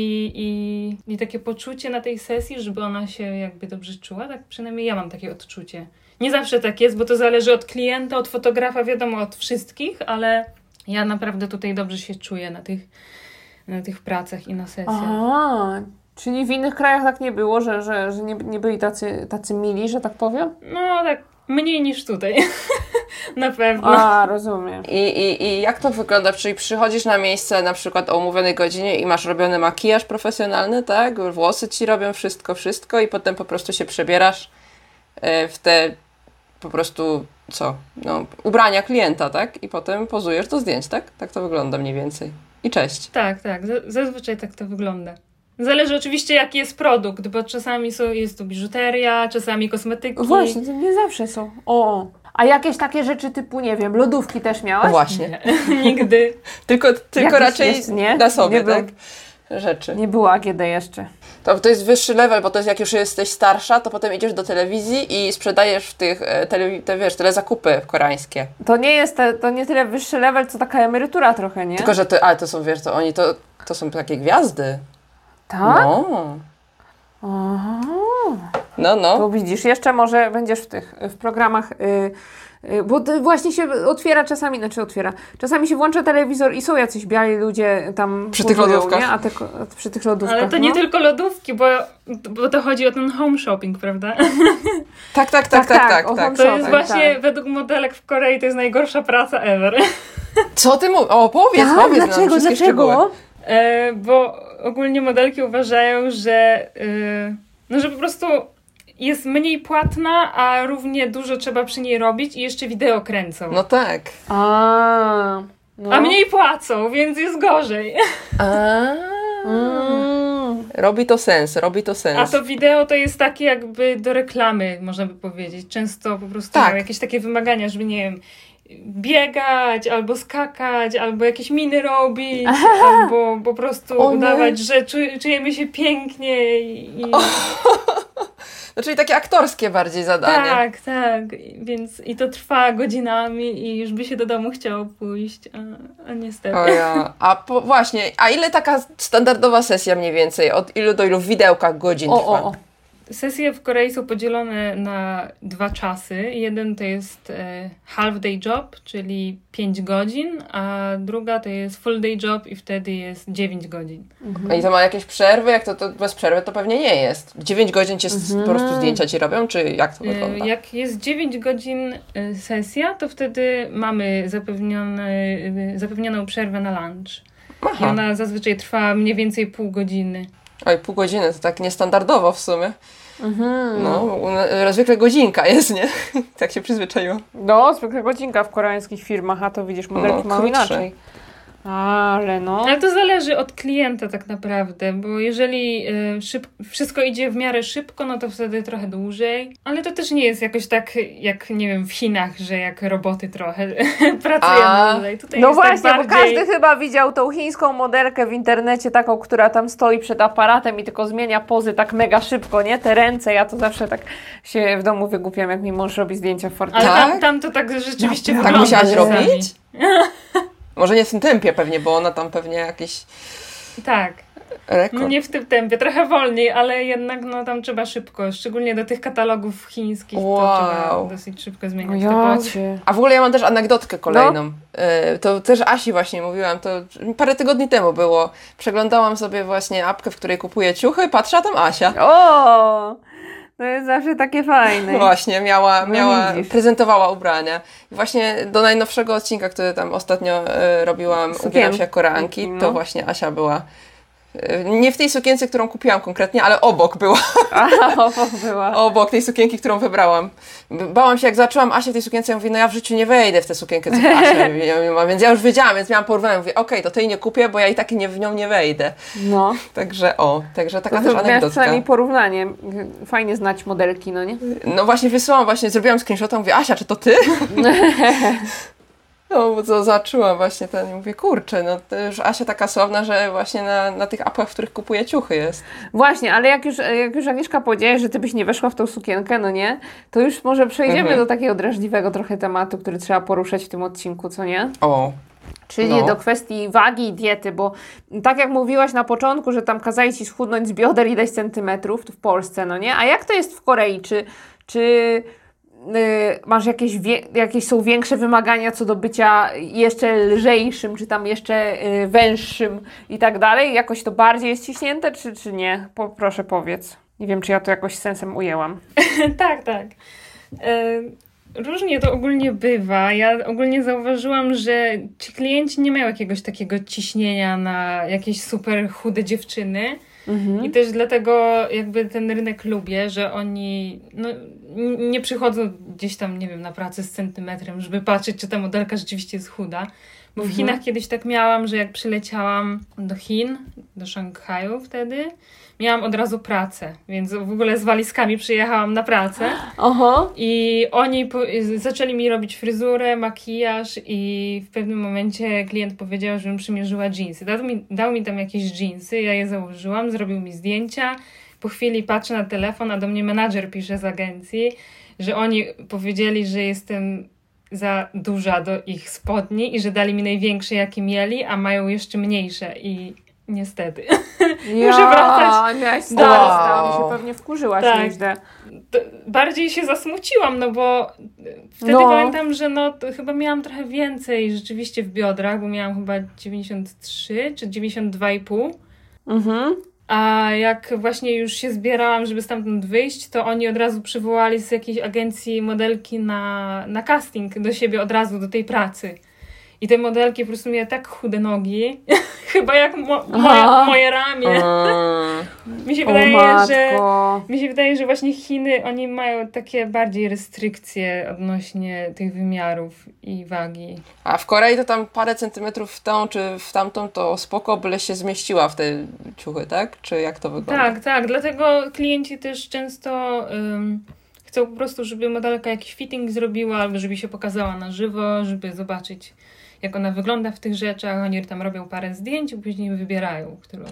i takie poczucie na tej sesji, żeby ona się jakby dobrze czuła, tak przynajmniej ja mam takie odczucie. Nie zawsze tak jest, bo to zależy od klienta, od fotografa, wiadomo, od wszystkich, ale ja naprawdę tutaj dobrze się czuję na tych pracach i na sesjach. Aha, czyli w innych krajach tak nie było, że nie byli tacy mili, że tak powiem? No tak, mniej niż tutaj. Na pewno. A, rozumiem. I jak to wygląda? Czyli przychodzisz na miejsce na przykład o umówionej godzinie i masz robiony makijaż profesjonalny, tak? Włosy ci robią wszystko i potem po prostu się przebierasz w te po prostu, ubrania klienta, tak? I potem pozujesz do zdjęć, tak? Tak to wygląda mniej więcej. I cześć. Tak. Zazwyczaj tak to wygląda. Zależy oczywiście, jaki jest produkt, bo czasami jest to biżuteria, czasami kosmetyki. Właśnie, to nie zawsze są. A jakieś takie rzeczy typu, nie wiem, lodówki też miałaś? Właśnie. Nigdy. Tylko raczej nie? na sobie, nie tak? Rzeczy. Nie było AGD jeszcze. To jest wyższy level, bo to jest jak już jesteś starsza, to potem idziesz do telewizji i sprzedajesz w tych, telezakupy koreańskie. To nie tyle wyższy level, co taka emerytura trochę, nie? Tylko, że to są, to są takie gwiazdy. Tak? No. Aha. No. To widzisz, jeszcze może będziesz w programach, bo właśnie się czasami się włącza telewizor i są jacyś biali ludzie tam przy tych lodówkach. Nie? Przy tych lodówkach. Ale to nie tylko lodówki, bo to chodzi o ten home shopping, prawda? Tak. To jest właśnie według modelek w Korei to jest najgorsza praca ever. Co ty mówisz? Powiedz nam wszystkie szczegóły. Bo ogólnie modelki uważają, że że po prostu jest mniej płatna, a równie dużo trzeba przy niej robić i jeszcze wideo kręcą. No tak. A mniej płacą, więc jest gorzej. Robi to sens. A to wideo to jest takie jakby do reklamy, można by powiedzieć. Często po prostu mają jakieś takie wymagania, żeby nie wiem, biegać, albo skakać, albo jakieś miny robić, albo po prostu udawać, że czujemy się pięknie i... No, czyli takie aktorskie bardziej zadania. Tak. Więc i to trwa godzinami i już by się do domu chciało pójść, a niestety. Właśnie, a ile taka standardowa sesja mniej więcej? Od ilu do ilu w widełkach godzin trwa? Sesje w Korei są podzielone na 2 czasy. Jeden to jest half day job, czyli 5 godzin, a druga to jest full day job i wtedy jest 9 godzin. I to ma jakieś przerwy? Jak to bez przerwy to pewnie nie jest. 9 godzin po prostu zdjęcia ci robią, czy jak to wygląda? Jak jest 9 godzin sesja, to wtedy mamy zapewnioną przerwę na lunch. I ona zazwyczaj trwa mniej więcej pół godziny. Pół godziny, to tak niestandardowo w sumie. No, zwykle godzinka jest, nie? Tak się przyzwyczaiło. No, zwykle godzinka w koreańskich firmach, a to widzisz, modelki mają inaczej. Ale to zależy od klienta tak naprawdę, bo jeżeli wszystko idzie w miarę szybko, no to wtedy trochę dłużej. Ale to też nie jest jakoś tak, jak nie wiem, w Chinach, że jak roboty trochę pracują dłużej. Tutaj no jest właśnie, tak bardziej... bo każdy chyba widział tą chińską modelkę w internecie, taką, która tam stoi przed aparatem i tylko zmienia pozy tak mega szybko, nie? Te ręce, ja to zawsze tak się w domu wygłupiam, jak mi mąż robi zdjęcia w Fortnite. Ale tam to tak rzeczywiście wygląda. Tak musiałaś robić? Może nie w tym tempie pewnie, bo ona tam pewnie jakiś rekord. No nie w tym tempie, trochę wolniej, ale jednak tam trzeba szybko, szczególnie do tych katalogów chińskich, to trzeba dosyć szybko zmieniać te pozy. A w ogóle ja mam też anegdotkę kolejną. To też Asi właśnie mówiłam, to parę tygodni temu było. Przeglądałam sobie właśnie apkę, w której kupuję ciuchy, patrzę, a tam Asia. To jest zawsze takie fajne. Właśnie, prezentowała ubrania. I właśnie do najnowszego odcinka, który tam ostatnio robiłam, ubieram się jak Koreanki, to właśnie Asia była Nie w tej sukience, którą kupiłam konkretnie, ale obok była. Obok była. Obok tej sukienki, którą wybrałam. Bałam się, jak zaczęłam Asię w tej sukience, ja mówię, no ja w życiu nie wejdę w tę sukienkę, co Asia ma, więc ja już wiedziałam, więc miałam porównanie, mówię, okej, to tej nie kupię, bo ja i tak w nią nie wejdę. No. Także taka To też anegdotka. przynajmniej porównanie. Fajnie znać modelki, no nie? No właśnie wysłałam, zrobiłam screenshota, mówię, Asia, czy to ty? No, bo co zaczęłam właśnie ten i mówię, kurczę, no to już Asia taka sławna, że właśnie na tych apach, w których kupuje ciuchy jest. Właśnie, ale jak już Agnieszka powiedziała, że ty byś nie weszła w tą sukienkę, no nie? To już może przejdziemy do takiego drażliwego trochę tematu, który trzeba poruszać w tym odcinku, co nie? Czyli do kwestii wagi i diety, bo tak jak mówiłaś na początku, że tam kazali ci schudnąć z bioder ileś centymetrów w Polsce, no nie? A jak to jest w Korei? Czy masz jakieś są większe wymagania co do bycia jeszcze lżejszym, czy tam jeszcze węższym i tak dalej? Jakoś to bardziej jest ciśnięte, czy nie? Proszę powiedz. Nie wiem, czy ja to jakoś sensem ujęłam. Tak. Różnie to ogólnie bywa. Ja ogólnie zauważyłam, że ci klienci nie mają jakiegoś takiego ciśnienia na jakieś super chude dziewczyny. I też dlatego jakby ten rynek lubię, że oni nie przychodzą gdzieś tam, nie wiem, na pracę z centymetrem, żeby patrzeć, czy ta modelka rzeczywiście jest chuda. Bo w Chinach kiedyś tak miałam, że jak przyleciałam do Chin, do Szanghaju wtedy, miałam od razu pracę, więc w ogóle z walizkami przyjechałam na pracę. I oni zaczęli mi robić fryzurę, makijaż i w pewnym momencie klient powiedział, żebym przymierzyła dżinsy. Dał mi tam jakieś dżinsy, ja je założyłam, zrobił mi zdjęcia. Po chwili patrzę na telefon, a do mnie menadżer pisze z agencji, że oni powiedzieli, że jestem za duża do ich spodni i że dali mi największe, jakie mieli, a mają jeszcze mniejsze i niestety. Muszę wracać. Miałaś start, się pewnie wkurzyłaś nieźle. Bardziej się zasmuciłam, no bo wtedy pamiętam, że to chyba miałam trochę więcej rzeczywiście w biodrach, bo miałam chyba 93 czy 92,5. A jak właśnie już się zbierałam, żeby stamtąd wyjść, to oni od razu przywołali z jakiejś agencji modelki na casting do siebie od razu do tej pracy. I te modelki po prostu miały tak chude nogi, chyba jak moje ramię. Mi się wydaje, że właśnie Chiny, oni mają takie bardziej restrykcje odnośnie tych wymiarów i wagi. A w Korei to tam parę centymetrów w tą czy w tamtą to spoko, byle się zmieściła w te ciuchy, tak? Czy jak to wygląda? Tak. Dlatego klienci też często chcą po prostu, żeby modelka jakiś fitting zrobiła, albo żeby się pokazała na żywo, żeby zobaczyć, jak ona wygląda w tych rzeczach. Oni tam robią parę zdjęć i później wybierają, którą...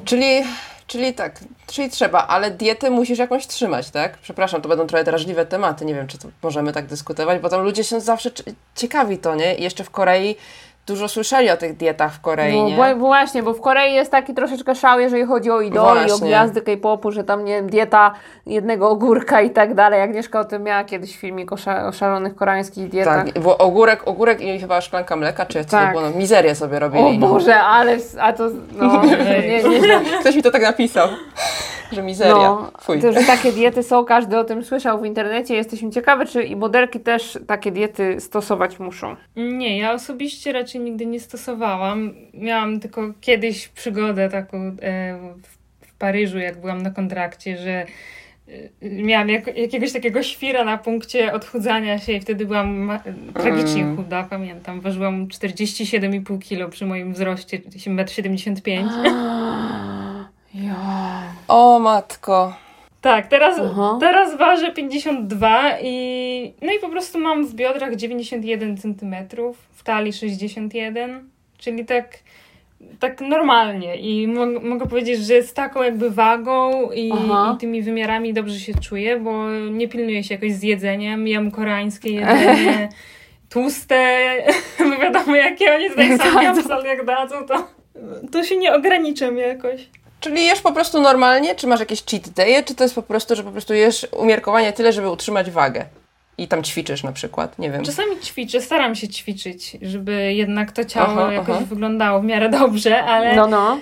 Czyli trzeba, ale dietę musisz jakąś trzymać, tak? Przepraszam, to będą trochę drażliwe tematy, nie wiem, czy to możemy tak dyskutować, bo tam ludzie są zawsze ciekawi to, nie? I jeszcze w Korei dużo słyszeli o tych dietach w Korei, nie? Właśnie, bo w Korei jest taki troszeczkę szał, jeżeli chodzi o idoli, o gwiazdy K-popu, że tam nie dieta jednego ogórka i tak dalej. Agnieszka o tym miała kiedyś filmik o szalonych koreańskich dietach. Tak, bo ogórek i chyba szklanka mleka, czy co to było? Mizerię sobie robili. O Boże, a to nie. Ktoś mi to tak napisał, że mizeria. To, że takie diety są, każdy o tym słyszał w internecie. Jesteśmy ciekawe, czy i modelki też takie diety stosować muszą. Nie, ja osobiście raczej nigdy nie stosowałam. Miałam tylko kiedyś przygodę taką w Paryżu, jak byłam na kontrakcie, że miałam jakiegoś takiego świra na punkcie odchudzania się i wtedy byłam tragicznie chuda, pamiętam. Ważyłam 47,5 kg przy moim wzroście 1,75 m. O matko. Tak, teraz ważę 52 i po prostu mam w biodrach 91 cm, w talii 61, czyli tak normalnie i mogę powiedzieć, że z taką jakby wagą i tymi wymiarami dobrze się czuję, bo nie pilnuję się jakoś z jedzeniem, jem koreańskie jedzenie, tłuste, bo wiadomo jakie oni tutaj sami jak dadzą, to się nie ograniczam jakoś. Czyli jesz po prostu normalnie, czy masz jakieś cheat day'e, czy to jest po prostu, że po prostu jesz umiarkowanie tyle, żeby utrzymać wagę? I tam ćwiczysz na przykład, nie wiem. Czasami ćwiczę, staram się ćwiczyć, żeby jednak to ciało jakoś wyglądało w miarę dobrze, ale...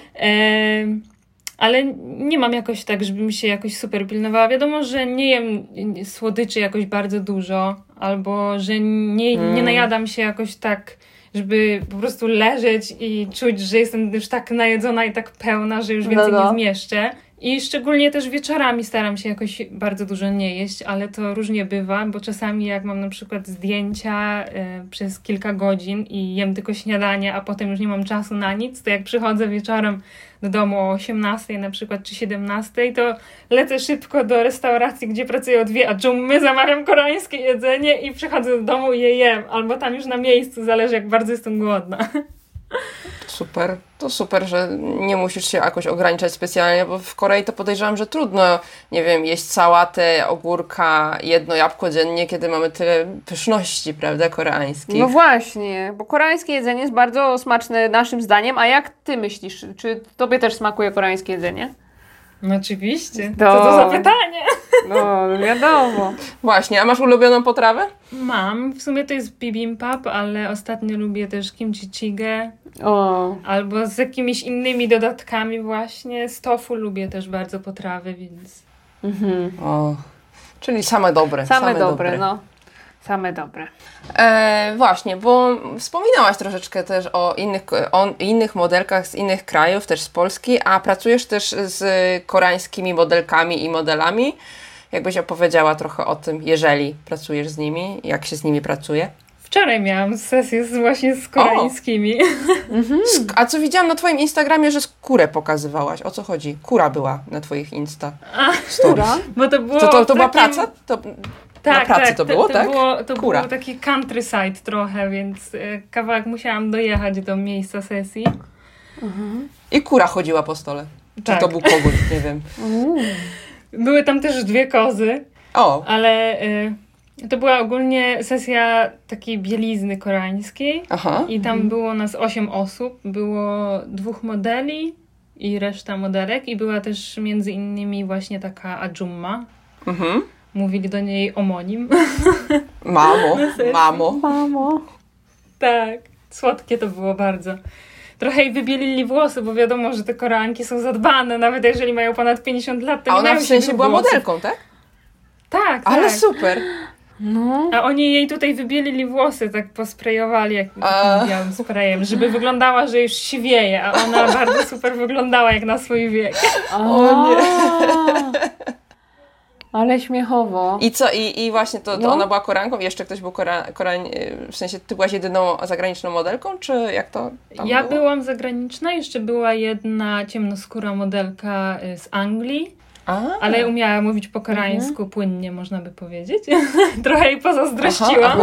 ale nie mam jakoś tak, żebym się jakoś super pilnowała. Wiadomo, że nie jem słodyczy jakoś bardzo dużo, albo że nie najadam się jakoś tak żeby po prostu leżeć i czuć, że jestem już tak najedzona i tak pełna, że już więcej nie zmieszczę. I szczególnie też wieczorami staram się jakoś bardzo dużo nie jeść, ale to różnie bywa, bo czasami jak mam na przykład zdjęcia przez kilka godzin i jem tylko śniadanie, a potem już nie mam czasu na nic, to jak przychodzę wieczorem do domu o 18 na przykład, czy 17, to lecę szybko do restauracji, gdzie pracuję o 2 adżummy, zamawiam koreańskie jedzenie i przychodzę do domu i je jem, albo tam już na miejscu, zależy jak bardzo jestem głodna. Super. To super, że nie musisz się jakoś ograniczać specjalnie, bo w Korei to podejrzewam, że trudno, nie wiem, jeść sałatę, ogórka, 1 jabłko dziennie, kiedy mamy tyle pyszności, prawda, koreańskich. No właśnie, bo koreańskie jedzenie jest bardzo smaczne naszym zdaniem, a jak ty myślisz? Czy tobie też smakuje koreańskie jedzenie? No oczywiście. Co to za pytanie? No, wiadomo. Właśnie, a masz ulubioną potrawę? Mam. W sumie to jest bibimbap, ale ostatnio lubię też kimchi jjigae. O. Albo z jakimiś innymi dodatkami właśnie. Z tofu lubię też bardzo potrawy, więc... O, czyli same dobre. Same dobre, no. Same dobre. Właśnie, bo wspominałaś troszeczkę też o innych modelkach z innych krajów, też z Polski, a pracujesz też z koreańskimi modelkami i modelami. Jakbyś opowiedziała trochę o tym, jeżeli pracujesz z nimi, jak się z nimi pracuje? Wczoraj miałam sesję właśnie z koreańskimi. A co widziałam na twoim Instagramie, że skórę pokazywałaś. O co chodzi? Kura była na twoich Insta stories. Bo to było To była praca? Na pracy to było, tak? To był taki countryside trochę, więc kawałek musiałam dojechać do miejsca sesji. I kura chodziła po stole. Czy to był kogut? Nie wiem. Były tam też 2 kozy, ale to była ogólnie sesja takiej bielizny koreańskiej. I tam było nas 8 osób. Było 2 modeli i reszta modelek. I była też między innymi właśnie taka adżumma. Mówili do niej omonim. Mamo. Tak, słodkie to było bardzo. Trochę jej wybielili włosy, bo wiadomo, że te Koreanki są zadbane, nawet jeżeli mają ponad 50 lat, to nie mają ona w sensie była modelką, tak? Tak. Ale super. No. A oni jej tutaj wybielili włosy, tak posprejowali takim białym sprayem, żeby wyglądała, że już siwieje, a ona bardzo super wyglądała jak na swój wiek. O nie. Ale śmiechowo. I co? I właśnie to ona była Koreanką? Jeszcze ktoś był w sensie ty byłaś jedyną zagraniczną modelką? Czy jak to tam Ja było? byłam zagraniczna, jeszcze była jedna ciemnoskóra modelka z Anglii. Ale umiała mówić po koreańsku płynnie, można by powiedzieć. Trochę jej pozazdrościłam.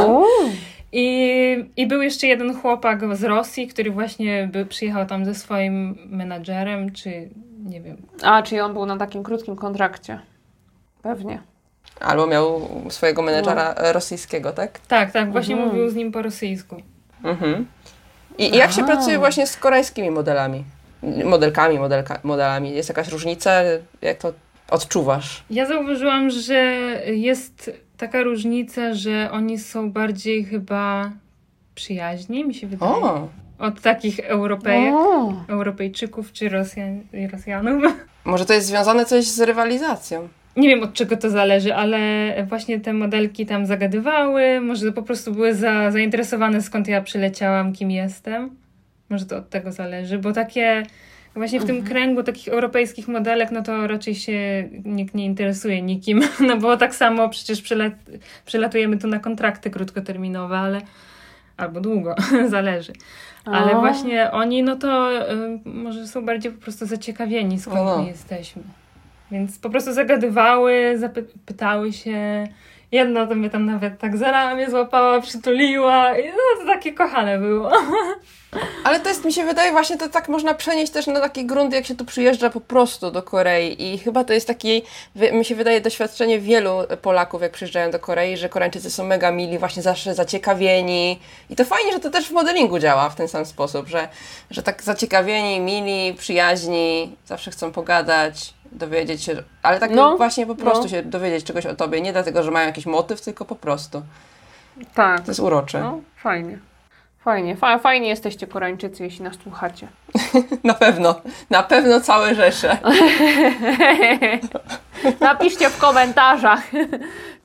I był jeszcze jeden chłopak z Rosji, który właśnie przyjechał tam ze swoim menadżerem, czy nie wiem. Czyli on był na takim krótkim kontrakcie. Pewnie. Albo miał swojego menedżera rosyjskiego, tak? Tak, właśnie mówił z nim po rosyjsku. I jak się pracuje właśnie z koreańskimi modelami? Modelami. Jest jakaś różnica? Jak to odczuwasz? Ja zauważyłam, że jest taka różnica, że oni są bardziej chyba przyjaźni, mi się wydaje. Od takich Europejczyków czy Rosjanów. Może to jest związane coś z rywalizacją? Nie wiem, od czego to zależy, ale właśnie te modelki tam zagadywały, może po prostu były zainteresowane, skąd ja przyleciałam, kim jestem. Może to od tego zależy, bo takie właśnie w tym kręgu takich europejskich modelek, no to raczej się nikt nie interesuje nikim, no bo tak samo przecież przylatujemy tu na kontrakty krótkoterminowe, albo długo, zależy. Ale właśnie oni, no to może są bardziej po prostu zaciekawieni, skąd my jesteśmy. Więc po prostu zagadywały, pytały się. Jedna to mnie tam nawet tak za ramię złapała, przytuliła. I no to takie kochane było. Ale to jest, mi się wydaje, właśnie to tak można przenieść też na taki grunt, jak się tu przyjeżdża po prostu do Korei. I chyba to jest takie, mi się wydaje, doświadczenie wielu Polaków, jak przyjeżdżają do Korei, że Koreańczycy są mega mili, właśnie zawsze zaciekawieni. I to fajnie, że to też w modelingu działa w ten sam sposób, że tak zaciekawieni, mili, przyjaźni, zawsze chcą pogadać, dowiedzieć się, ale tak właśnie po prostu się dowiedzieć czegoś o tobie. Nie dlatego, że mają jakiś motyw, tylko po prostu. Tak. To jest urocze. No, fajnie. Fajnie jesteście Koreańczycy, jeśli nas słuchacie. Na pewno całe rzesze. Napiszcie w komentarzach. Tak.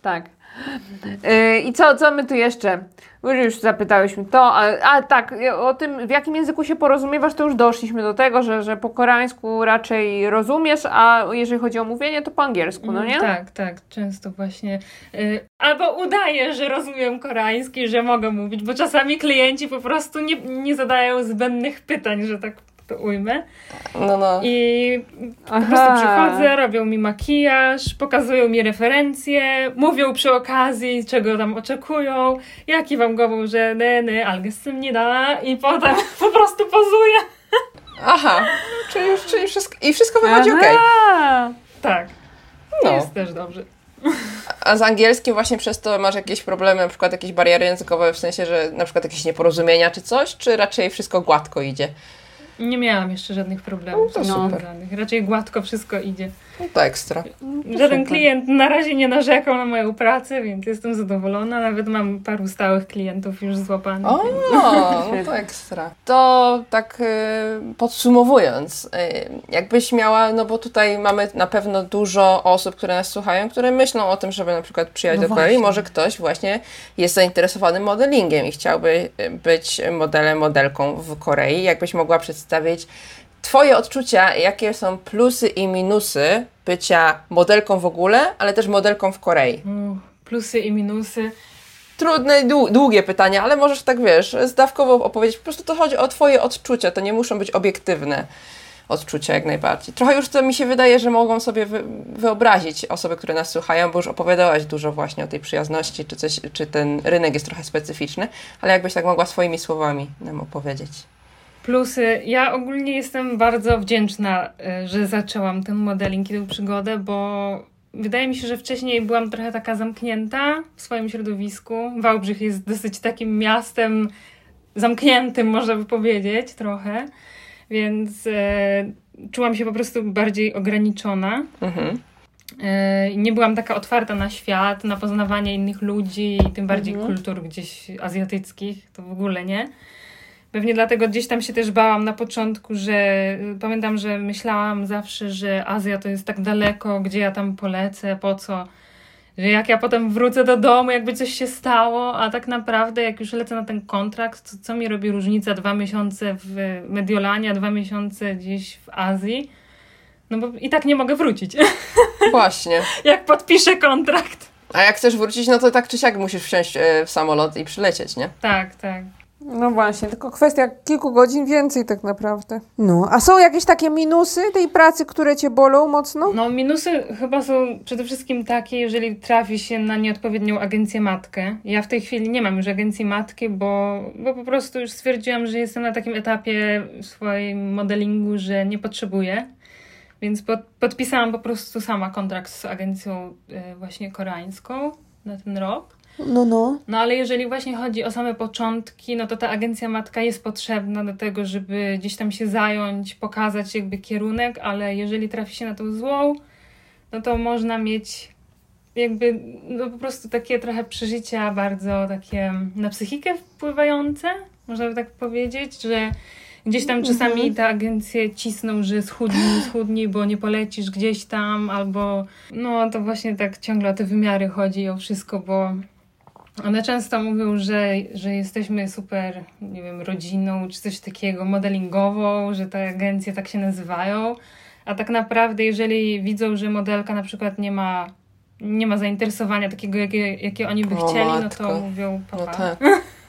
I co my tu jeszcze? Już zapytałeś mnie to, tak, o tym, w jakim języku się porozumiewasz, to już doszliśmy do tego, że po koreańsku raczej rozumiesz, a jeżeli chodzi o mówienie, to po angielsku, no nie? Tak, często właśnie. Albo udaję, że rozumiem koreański, że mogę mówić, bo czasami klienci po prostu nie zadają zbędnych pytań, że tak to ujmę. I po prostu przychodzę, robią mi makijaż, pokazują mi referencje, mówią przy okazji, czego tam oczekują, ja kiwam głową, że ne, algesymnida i potem po prostu pozuję. Aha, czyli wszystko wychodzi okej. Tak, jest też dobrze. A z angielskim właśnie przez to masz jakieś problemy, na przykład jakieś bariery językowe, w sensie, że na przykład jakieś nieporozumienia czy coś, czy raczej wszystko gładko idzie? Nie miałam jeszcze żadnych problemów. Raczej gładko wszystko idzie. To ekstra. Żaden klient na razie nie narzekał na moją pracę, więc jestem zadowolona. Nawet mam paru stałych klientów już złapanych. To ekstra. To tak podsumowując, jakbyś miała, no bo tutaj mamy na pewno dużo osób, które nas słuchają, które myślą o tym, żeby na przykład przyjechać do Korei. Może ktoś właśnie jest zainteresowany modelingiem i chciałby być modelem, modelką w Korei. Jakbyś mogła przedstawić Twoje odczucia, jakie są plusy i minusy bycia modelką w ogóle, ale też modelką w Korei? Plusy i minusy. Trudne, długie pytania, ale możesz tak, zdawkowo opowiedzieć. Po prostu to chodzi o Twoje odczucia, to nie muszą być obiektywne odczucia jak najbardziej. Trochę już to mi się wydaje, że mogą sobie wyobrazić osoby, które nas słuchają, bo już opowiadałaś dużo właśnie o tej przyjazności, czy ten rynek jest trochę specyficzny, ale jakbyś tak mogła swoimi słowami nam opowiedzieć. Plusy. Ja ogólnie jestem bardzo wdzięczna, że zaczęłam ten modeling i tę przygodę, bo wydaje mi się, że wcześniej byłam trochę taka zamknięta w swoim środowisku. Wałbrzych jest dosyć takim miastem zamkniętym, można by powiedzieć, trochę. Więc czułam się po prostu bardziej ograniczona. Nie byłam taka otwarta na świat, na poznawanie innych ludzi i tym bardziej kultur gdzieś azjatyckich. To w ogóle nie. Pewnie dlatego gdzieś tam się też bałam na początku, że pamiętam, że myślałam zawsze, że Azja to jest tak daleko, gdzie ja tam polecę, po co, że jak ja potem wrócę do domu, jakby coś się stało, a tak naprawdę jak już lecę na ten kontrakt, to co mi robi różnica 2 miesiące w Mediolanie, a 2 miesiące gdzieś w Azji? No bo i tak nie mogę wrócić. Właśnie. Jak podpiszę kontrakt. A jak chcesz wrócić, no to tak czy siak musisz wsiąść w samolot i przylecieć, nie? Tak. No właśnie, tylko kwestia kilku godzin więcej tak naprawdę. No, a są jakieś takie minusy tej pracy, które cię bolą mocno? No, minusy chyba są przede wszystkim takie, jeżeli trafi się na nieodpowiednią agencję matkę. Ja w tej chwili nie mam już agencji matki, bo po prostu już stwierdziłam, że jestem na takim etapie w swoim modelingu, że nie potrzebuję. Więc podpisałam po prostu sama kontrakt z agencją właśnie koreańską na ten rok. No ale jeżeli właśnie chodzi o same początki, no to ta agencja matka jest potrzebna do tego, żeby gdzieś tam się zająć, pokazać jakby kierunek, ale jeżeli trafi się na tą złą, no to można mieć jakby no po prostu takie trochę przeżycia bardzo takie na psychikę wpływające, można by tak powiedzieć, że gdzieś tam czasami te agencje cisną, że schudnij, bo nie polecisz gdzieś tam, albo no to właśnie tak ciągle o te wymiary chodzi, o wszystko, bo one często mówią, że jesteśmy super, nie wiem, rodziną, czy coś takiego, modelingową, że te agencje tak się nazywają, a tak naprawdę jeżeli widzą, że modelka na przykład nie ma zainteresowania takiego, jakie oni by chcieli, matko. No to mówią papa. No tak.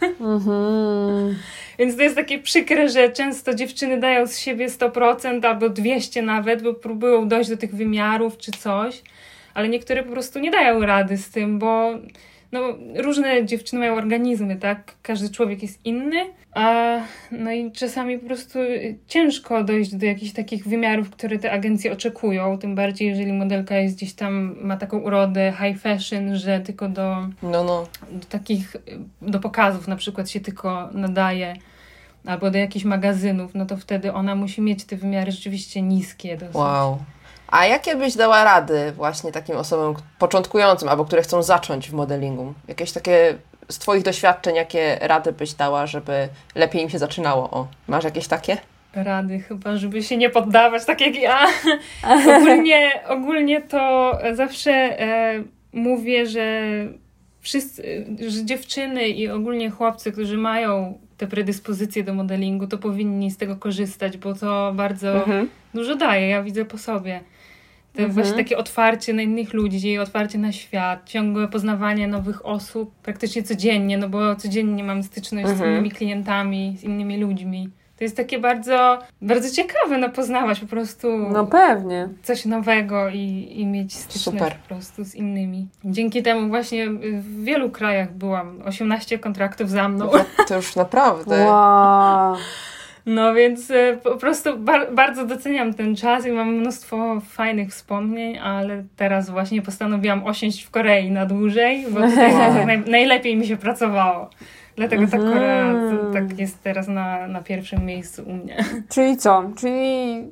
Więc to jest takie przykre, że często dziewczyny dają z siebie 100% albo 200 nawet, bo próbują dojść do tych wymiarów czy coś, ale niektóre po prostu nie dają rady z tym, bo no, różne dziewczyny mają organizmy, tak? Każdy człowiek jest inny, no i czasami po prostu ciężko dojść do jakichś takich wymiarów, które te agencje oczekują, tym bardziej jeżeli modelka jest gdzieś tam, ma taką urodę high fashion, że tylko do takich, do pokazów na przykład się tylko nadaje, albo do jakichś magazynów, no to wtedy ona musi mieć te wymiary rzeczywiście niskie dosyć. Wow. A jakie byś dała rady właśnie takim osobom początkującym, albo które chcą zacząć w modelingu? Jakieś takie z Twoich doświadczeń, jakie rady byś dała, żeby lepiej im się zaczynało? Masz jakieś takie? Rady chyba, żeby się nie poddawać, tak jak ja. Ogólnie to zawsze mówię, że wszyscy, że dziewczyny i ogólnie chłopcy, którzy mają te predyspozycje do modelingu, to powinni z tego korzystać, bo to bardzo dużo daje, ja widzę po sobie. To właśnie takie otwarcie na innych ludzi, otwarcie na świat, ciągłe poznawanie nowych osób praktycznie codziennie, no bo codziennie mam styczność z innymi klientami, z innymi ludźmi. To jest takie bardzo, bardzo ciekawe, no poznawać po prostu No pewnie. coś nowego i mieć styczność po prostu z innymi. Dzięki temu właśnie w wielu krajach byłam, 18 kontraktów za mną. To już naprawdę. Wow. No więc po prostu bardzo doceniam ten czas i mam mnóstwo fajnych wspomnień, ale teraz właśnie postanowiłam osiąść w Korei na dłużej, bo tutaj najlepiej mi się pracowało. Dlatego ta Korea tak jest teraz na pierwszym miejscu u mnie. Czyli co? Czyli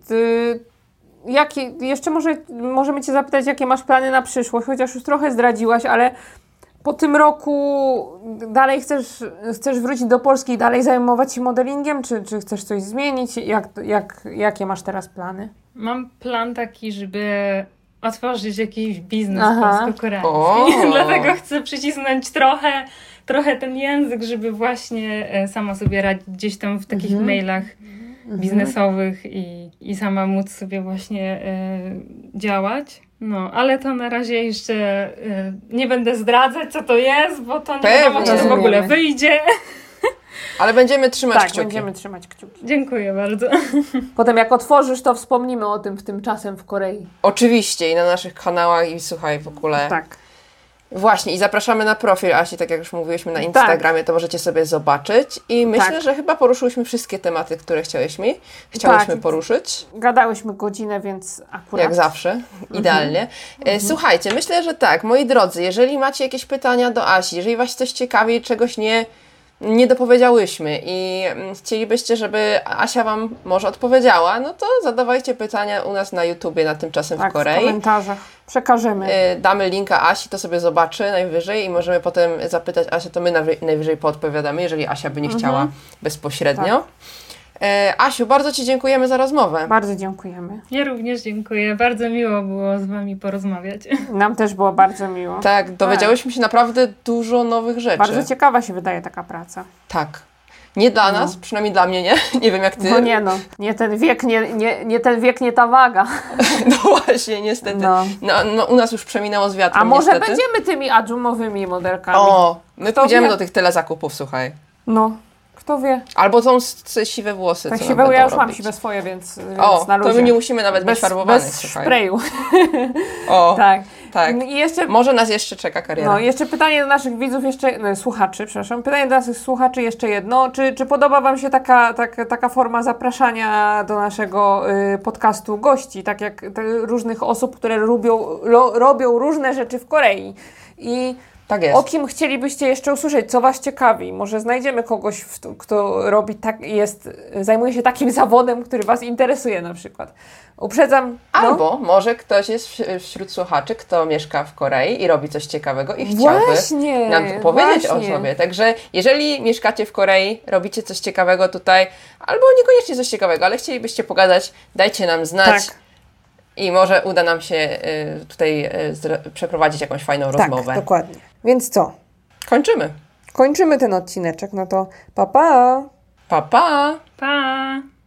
jeszcze możemy Cię zapytać, jakie masz plany na przyszłość, chociaż już trochę zdradziłaś, ale po tym roku dalej chcesz wrócić do Polski i dalej zajmować się modelingiem, czy chcesz coś zmienić? Jakie masz teraz plany? Mam plan taki, żeby otworzyć jakiś biznes polsko-koreański. Dlatego chcę przycisnąć trochę ten język, żeby właśnie sama sobie radzić gdzieś tam w takich mailach biznesowych i sama móc sobie właśnie działać. No, ale to na razie jeszcze nie będę zdradzać, co to jest, bo to nie wiadomo, czy to w ogóle wyjdzie. Ale będziemy trzymać kciuki. Będziemy trzymać kciuki. Dziękuję bardzo. Potem jak otworzysz, to wspomnimy o tym tymczasem w Korei. Oczywiście i na naszych kanałach i słuchaj w ogóle. Tak. Właśnie i zapraszamy na profil Asi, tak jak już mówiłyśmy na Instagramie, to możecie sobie zobaczyć i myślę, że chyba poruszyłyśmy wszystkie tematy, które chciałyśmy poruszyć. Gadałyśmy godzinę, więc akurat. Jak zawsze, idealnie. Słuchajcie, myślę, że tak, moi drodzy, jeżeli macie jakieś pytania do Asi, jeżeli Was coś ciekawi, czegoś nie dopowiedziałyśmy i chcielibyście, żeby Asia Wam może odpowiedziała, no to zadawajcie pytania u nas na YouTubie na Tymczasem w Korei. W komentarzach przekażemy. Damy linka Asi, to sobie zobaczy najwyżej i możemy potem zapytać Asię, to my najwyżej podpowiadamy, jeżeli Asia by nie chciała bezpośrednio. Tak. Asiu, bardzo Ci dziękujemy za rozmowę. Bardzo dziękujemy. Ja również dziękuję. Bardzo miło było z Wami porozmawiać. Nam też było bardzo miło. Tak, dowiedziałyśmy się naprawdę dużo nowych rzeczy. Bardzo ciekawa się wydaje taka praca. Tak. Nie dla nas, przynajmniej dla mnie nie. Nie wiem jak Ty. No nie Nie ten wiek, nie ten wiek, nie ta waga. No właśnie, niestety. No, u nas już przeminęło z wiatrem, a może niestety. będziemy tymi adżumowymi modelkami? My pójdziemy do tych telezakupów, słuchaj. No. Kto wie? Albo są siwe włosy. Tak, co siwe, ja już mam siwe swoje, więc na luzie. To my nie musimy nawet być farbowanych. Bez sprayu. Tak. I jeszcze, może nas jeszcze czeka kariera. No, jeszcze pytanie do naszych widzów, słuchaczy, przepraszam. Pytanie do naszych słuchaczy jeszcze jedno. Czy podoba Wam się taka forma zapraszania do naszego podcastu gości? Tak jak różnych osób, które robią różne rzeczy w Korei. I tak jest. O kim chcielibyście jeszcze usłyszeć? Co Was ciekawi? Może znajdziemy kogoś, kto zajmuje się takim zawodem, który Was interesuje na przykład. Uprzedzam. Albo może ktoś jest wśród słuchaczy, kto mieszka w Korei i robi coś ciekawego i chciałby nam powiedzieć o sobie. Także jeżeli mieszkacie w Korei, robicie coś ciekawego tutaj, albo niekoniecznie coś ciekawego, ale chcielibyście pogadać, dajcie nam znać. Tak. I może uda nam się tutaj przeprowadzić jakąś fajną rozmowę. Tak, dokładnie. Więc co? Kończymy. Kończymy ten odcineczek, no to pa pa! Pa pa! Pa!